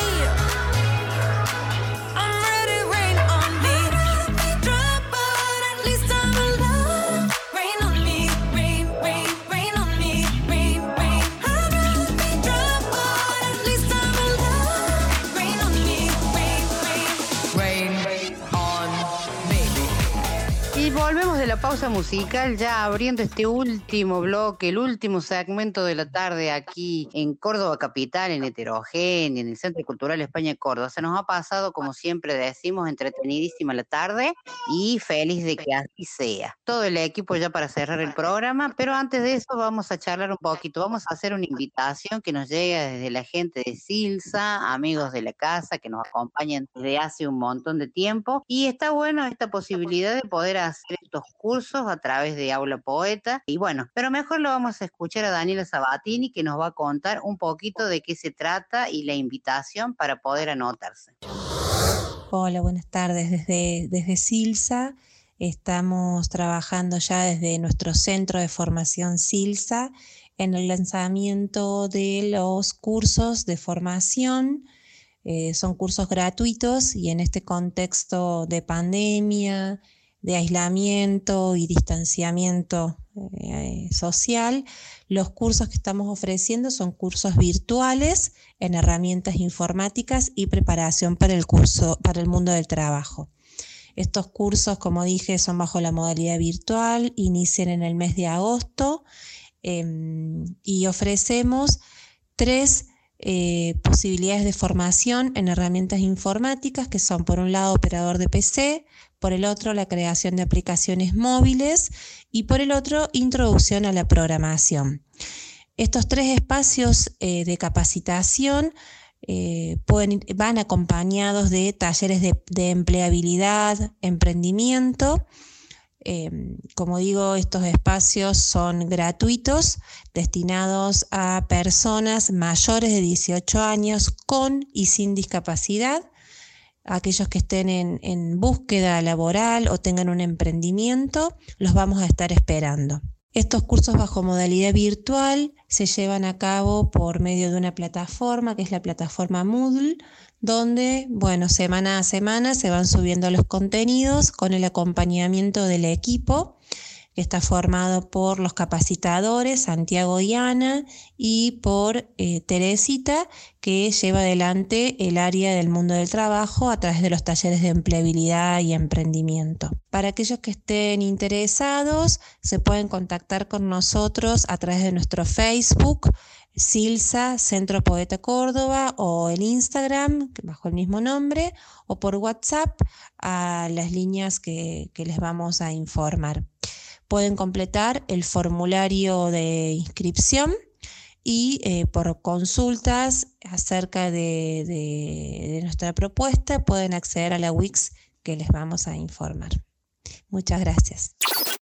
I'm ready, rain on me. Drop, but at least I'm alive. Rain on me, rain, rain, rain on me, rain, rain. I'd rather be drop, but at least I'm alive. Rain on me, rain, rain, rain on me. Y volvemos de la pausa musical, ya abriendo este último bloque, el último segmento de la tarde aquí en Córdoba Capital, en Heterogénea, en el Centro Cultural España Córdoba. Se nos ha pasado, como siempre decimos, entretenidísima la tarde y feliz de que así sea. Todo el equipo ya para cerrar el programa, pero antes de eso vamos a charlar un poquito. Vamos a hacer una invitación que nos llega desde la gente de Silsa, amigos de la casa que nos acompañan desde hace un montón de tiempo. Y está bueno esta posibilidad de poder hacer estos cursos a través de Aula Poeta. Y bueno, pero mejor lo vamos a escuchar a Daniela Sabatini, que nos va a contar un poquito de qué se trata y la invitación para poder anotarse. Hola, buenas tardes. Desde Silsa estamos trabajando ya desde nuestro centro de formación Silsa en el lanzamiento de los cursos de formación. Son cursos gratuitos y en este contexto de pandemia, de aislamiento y distanciamiento social, los cursos que estamos ofreciendo son cursos virtuales en herramientas informáticas y preparación para el mundo del trabajo. Estos cursos, como dije, son bajo la modalidad virtual, inician en el mes de agosto y ofrecemos 3 posibilidades de formación en herramientas informáticas, que son por un lado operador de PC, por el otro la creación de aplicaciones móviles y por el otro introducción a la programación. Estos 3 espacios de capacitación van acompañados de talleres de empleabilidad, emprendimiento. Como digo, estos espacios son gratuitos, destinados a personas mayores de 18 años con y sin discapacidad, aquellos que estén en búsqueda laboral o tengan un emprendimiento, los vamos a estar esperando. Estos cursos bajo modalidad virtual se llevan a cabo por medio de una plataforma que es la plataforma Moodle, donde, semana a semana se van subiendo los contenidos con el acompañamiento del equipo, que está formado por los capacitadores Santiago y Ana y por Teresita, que lleva adelante el área del mundo del trabajo a través de los talleres de empleabilidad y emprendimiento. Para aquellos que estén interesados, se pueden contactar con nosotros a través de nuestro Facebook, Silsa Centro Poeta Córdoba, o el Instagram bajo el mismo nombre, o por WhatsApp a las líneas que les vamos a informar. Pueden completar el formulario de inscripción y por consultas acerca de nuestra propuesta pueden acceder a la Wix que les vamos a informar. Muchas gracias.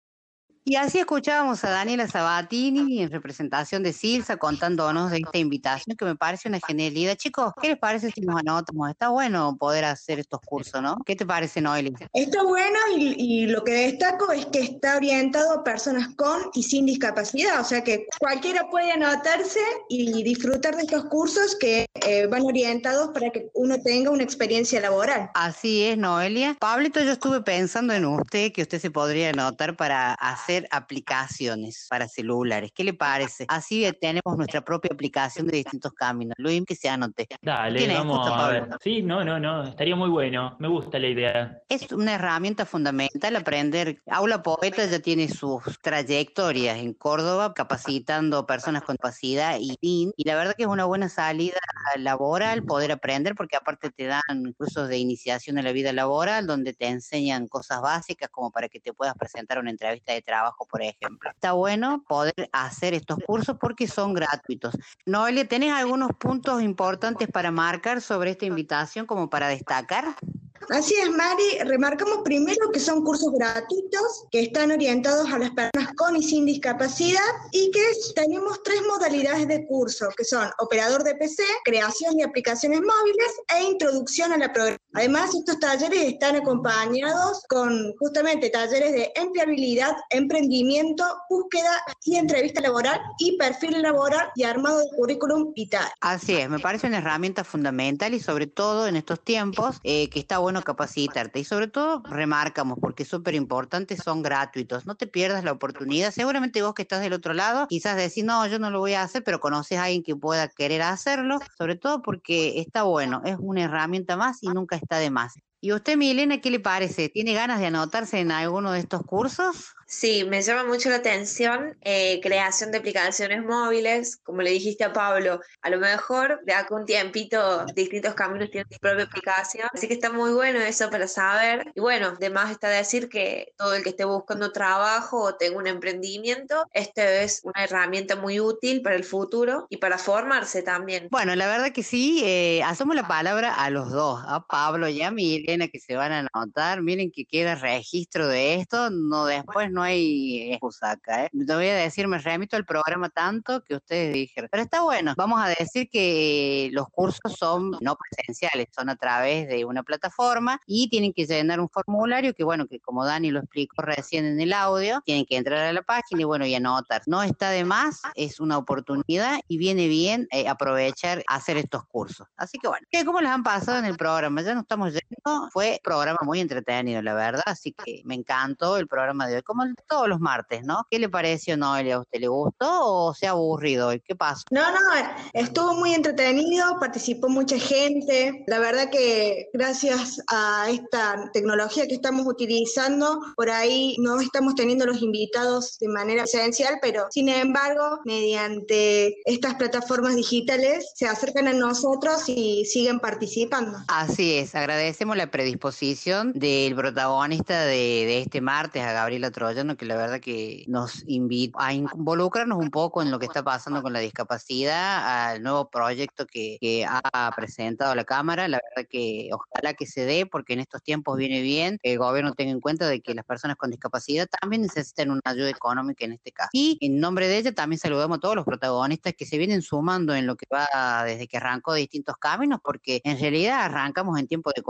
Y así escuchábamos a Daniela Sabatini en representación de Silsa contándonos de esta invitación que me parece una genialidad. Chicos, ¿qué les parece si nos anotamos? Está bueno poder hacer estos cursos, ¿no? ¿Qué te parece, Noeli? Está bueno y lo que destaco es que está orientado a personas con y sin discapacidad, o sea que cualquiera puede anotarse y disfrutar de estos cursos que van orientados para que uno tenga una experiencia laboral. Así es, Noelia. Pablito, yo estuve pensando en usted, que usted se podría anotar para hacer aplicaciones para celulares. ¿Qué le parece? Así tenemos nuestra propia aplicación de distintos caminos. Luis, que se anote. Dale, vamos a ver. Sí, no, estaría muy bueno. Me gusta la idea. Es una herramienta fundamental aprender. Aula Poeta ya tiene sus trayectorias en Córdoba, capacitando personas con capacidad y la verdad que es una buena salida laboral poder aprender, porque aparte te dan cursos de iniciación a la vida laboral, donde te enseñan cosas básicas como para que te puedas presentar a una entrevista de trabajo, por ejemplo. Está bueno poder hacer estos cursos porque son gratuitos. Noelia, ¿tenés algunos puntos importantes para marcar sobre esta invitación como para destacar? Así es, Mari. Remarcamos primero que son cursos gratuitos, que están orientados a las personas con y sin discapacidad y que tenemos 3 modalidades de curso, que son operador de PC, creación de aplicaciones móviles e introducción a la programación. Además, estos talleres están acompañados con justamente talleres de empleabilidad, emprendimiento, búsqueda y entrevista laboral y perfil laboral y armado de currículum vital. Así es, me parece una herramienta fundamental y sobre todo en estos tiempos que está bueno capacitarte y sobre todo remarcamos porque es súper importante, son gratuitos, no te pierdas la oportunidad. Seguramente vos que estás del otro lado quizás decís no, yo no lo voy a hacer, pero conoces a alguien que pueda querer hacerlo, sobre todo porque está bueno, es una herramienta más y nunca está de más. ¿Y usted, Milena, qué le parece? ¿Tiene ganas de anotarse en alguno de estos cursos? Sí, me llama mucho la atención creación de aplicaciones móviles, como le dijiste a Pablo, a lo mejor de acá un tiempito Distintos Caminos tiene su propia aplicación, así que está muy bueno eso para saber. Y bueno, además está decir que todo el que esté buscando trabajo o tenga un emprendimiento, este es una herramienta muy útil para el futuro y para formarse también. Bueno, la verdad que sí, hacemos la palabra a los dos, a Pablo y a Milena, que se van a anotar. Miren que queda registro de esto, después no hay excusa acá, ¿eh? Te voy a decir, me remito al programa tanto que ustedes dijeron. Pero está bueno, vamos a decir que los cursos son no presenciales, son a través de una plataforma y tienen que llenar un formulario que bueno, que como Dani lo explicó recién en el audio, tienen que entrar a la página y bueno, y anotar. No está de más, es una oportunidad y viene bien aprovechar hacer estos cursos. Así que bueno, ¿cómo les han pasado en el programa? Ya nos estamos yendo, fue un programa muy entretenido, la verdad, así que me encantó el programa de hoy, como todos los martes, ¿no? ¿Qué le pareció, Noelia? ¿A usted le gustó o se ha aburrido hoy? ¿Qué pasó? No, estuvo muy entretenido, participó mucha gente. La verdad que gracias a esta tecnología que estamos utilizando, por ahí no estamos teniendo los invitados de manera presencial, pero sin embargo, mediante estas plataformas digitales se acercan a nosotros y siguen participando. Así es, agradecemos la predisposición del protagonista de este martes, a Gabriela Troyano, que la verdad que nos invita a involucrarnos un poco en lo que está pasando con la discapacidad, al nuevo proyecto que ha presentado la Cámara. La verdad que ojalá que se dé, porque en estos tiempos viene bien que el gobierno tenga en cuenta de que las personas con discapacidad también necesitan una ayuda económica en este caso. Y en nombre de ella también saludamos a todos los protagonistas que se vienen sumando en lo que va desde que arrancó Distintos Caminos, porque en realidad arrancamos en tiempo de cuarentena,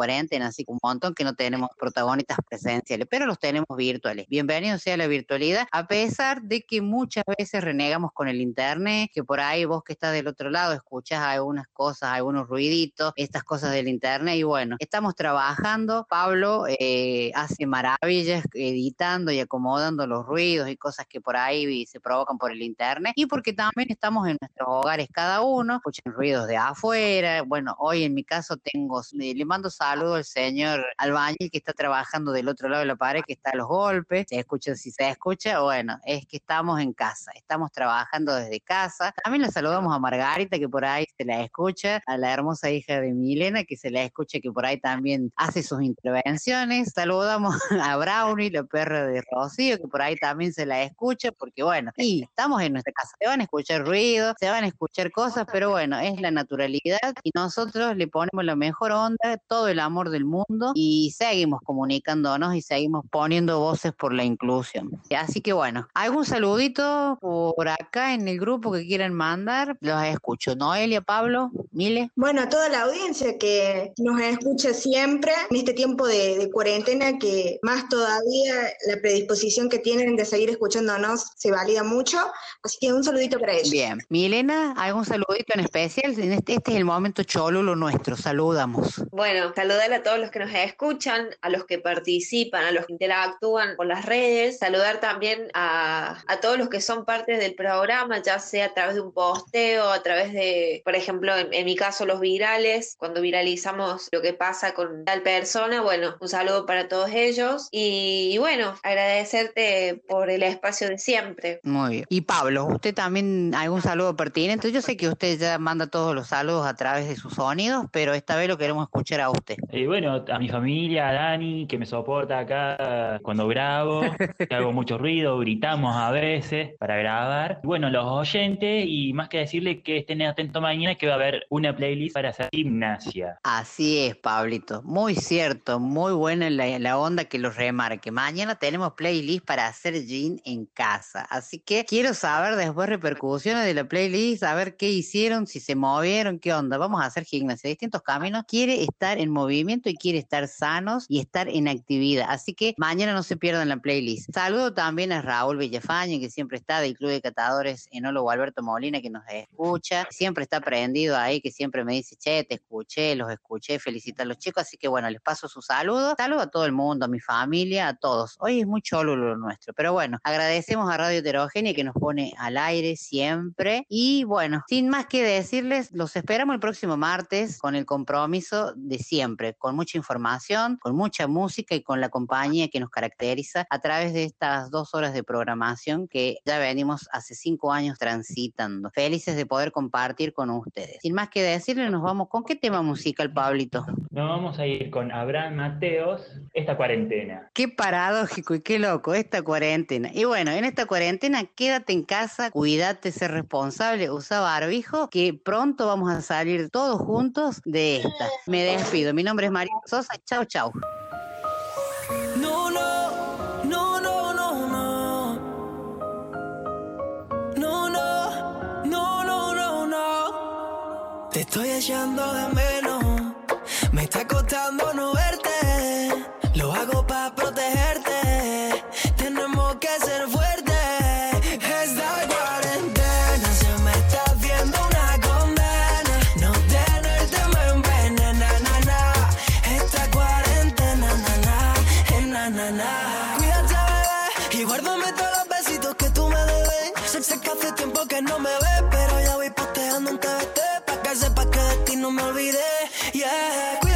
así un montón que no tenemos protagonistas presenciales, pero los tenemos virtuales. Bienvenido sea la virtualidad, a pesar de que muchas veces renegamos con el internet, que por ahí vos que estás del otro lado escuchás algunas cosas, algunos ruiditos, estas cosas del internet, y bueno, estamos trabajando. Pablo hace maravillas editando y acomodando los ruidos y cosas que por ahí se provocan por el internet, y porque también estamos en nuestros hogares cada uno, escuchan ruidos de afuera. Bueno, hoy en mi caso le mando saludo al señor albañil que está trabajando del otro lado de la pared, que está a los golpes. Si se escucha, bueno, es que estamos en casa, estamos trabajando desde casa. También le saludamos a Margarita, que por ahí se la escucha, a la hermosa hija de Milena, que se la escucha, que por ahí también hace sus intervenciones. Saludamos a Brownie, la perra de Rocío, que por ahí también se la escucha, porque bueno, y estamos en nuestra casa, se van a escuchar ruidos, se van a escuchar cosas, pero bueno, es la naturalidad y nosotros le ponemos la mejor onda, todo el amor del mundo, y seguimos comunicándonos y seguimos poniendo voces por la inclusión. Así que bueno, ¿algún saludito por acá en el grupo que quieran mandar? Los escucho. Noelia, Pablo, Mile. Bueno, a toda la audiencia que nos escucha siempre en este tiempo de cuarentena, que más todavía la predisposición que tienen de seguir escuchándonos se valida mucho, así que un saludito para ellos. Bien. Milena, ¿algún saludito en especial? Este es el momento cholulo nuestro, saludamos. Bueno, saludar a todos los que nos escuchan, a los que participan, a los que interactúan por las redes, saludar también a todos los que son parte del programa, ya sea a través de un posteo, a través de, por ejemplo, en mi caso, los virales, cuando viralizamos lo que pasa con tal persona. Bueno, un saludo para todos ellos y bueno, agradecerte por el espacio de siempre. Muy bien. Y Pablo, ¿usted también algún saludo pertinente? Yo sé que usted ya manda todos los saludos a través de sus sonidos, pero esta vez lo queremos escuchar a usted. Bueno, a mi familia, a Dani, que me soporta acá cuando grabo, que hago mucho ruido, gritamos a veces para grabar. Bueno, los oyentes, y más que decirle que estén atentos mañana, que va a haber una playlist para hacer gimnasia. Así es, Pablito, muy cierto, muy buena la onda que lo remarque. Mañana tenemos playlist para hacer gym en casa, así que quiero saber después repercusiones de la playlist, a ver qué hicieron, si se movieron, qué onda. Vamos a hacer gimnasia, Distintos Caminos quiere estar en movimiento y quiere estar sanos y estar en actividad, así que mañana no se pierdan la playlist. Saludo también a Raúl Villafañe, que siempre está del Club de Catadores Enólogo Alberto Molina, que nos escucha, siempre está prendido ahí, que siempre me dice, che, te escuché, los escuché, felicita a los chicos, así que bueno, les paso su saludo. Saludo a todo el mundo, a mi familia, a todos. Hoy es muy cholo lo nuestro, pero bueno, agradecemos a Radio Heterogénea que nos pone al aire siempre, y bueno, sin más que decirles, los esperamos el próximo martes con el compromiso de siempre, con mucha información, con mucha música y con la compañía que nos caracteriza a través de estas 2 horas de programación que ya venimos hace 5 años transitando. Felices de poder compartir con ustedes. Sin más que decirles, nos vamos con ¿qué tema musical, Pablito? Nos vamos a ir con Abraham Mateos, Esta Cuarentena. Qué paradójico y qué loco esta cuarentena. Y bueno, en esta cuarentena quédate en casa, cuídate, sé responsable, usa barbijo, que pronto vamos a salir todos juntos de esta. Me despido, mi nombre es María Sosa, chau chau. No, no, no, no, no, no. No, no, no, no, no, no. Te estoy echando de menos. Me está costando no verte. Lo hago para protegerte. Tenemos que ser fuertes. Esta cuarentena se me está haciendo una condena. No tenerte me envenena, na, na. Esta cuarentena, na, na, na, na. Cuídate, bebé, y guárdame todos los besitos que tú me debes. Sé que hace tiempo que no me ves, pero ya voy posteando un TBT pa' que sepas que de ti no me olvidé. Yeah.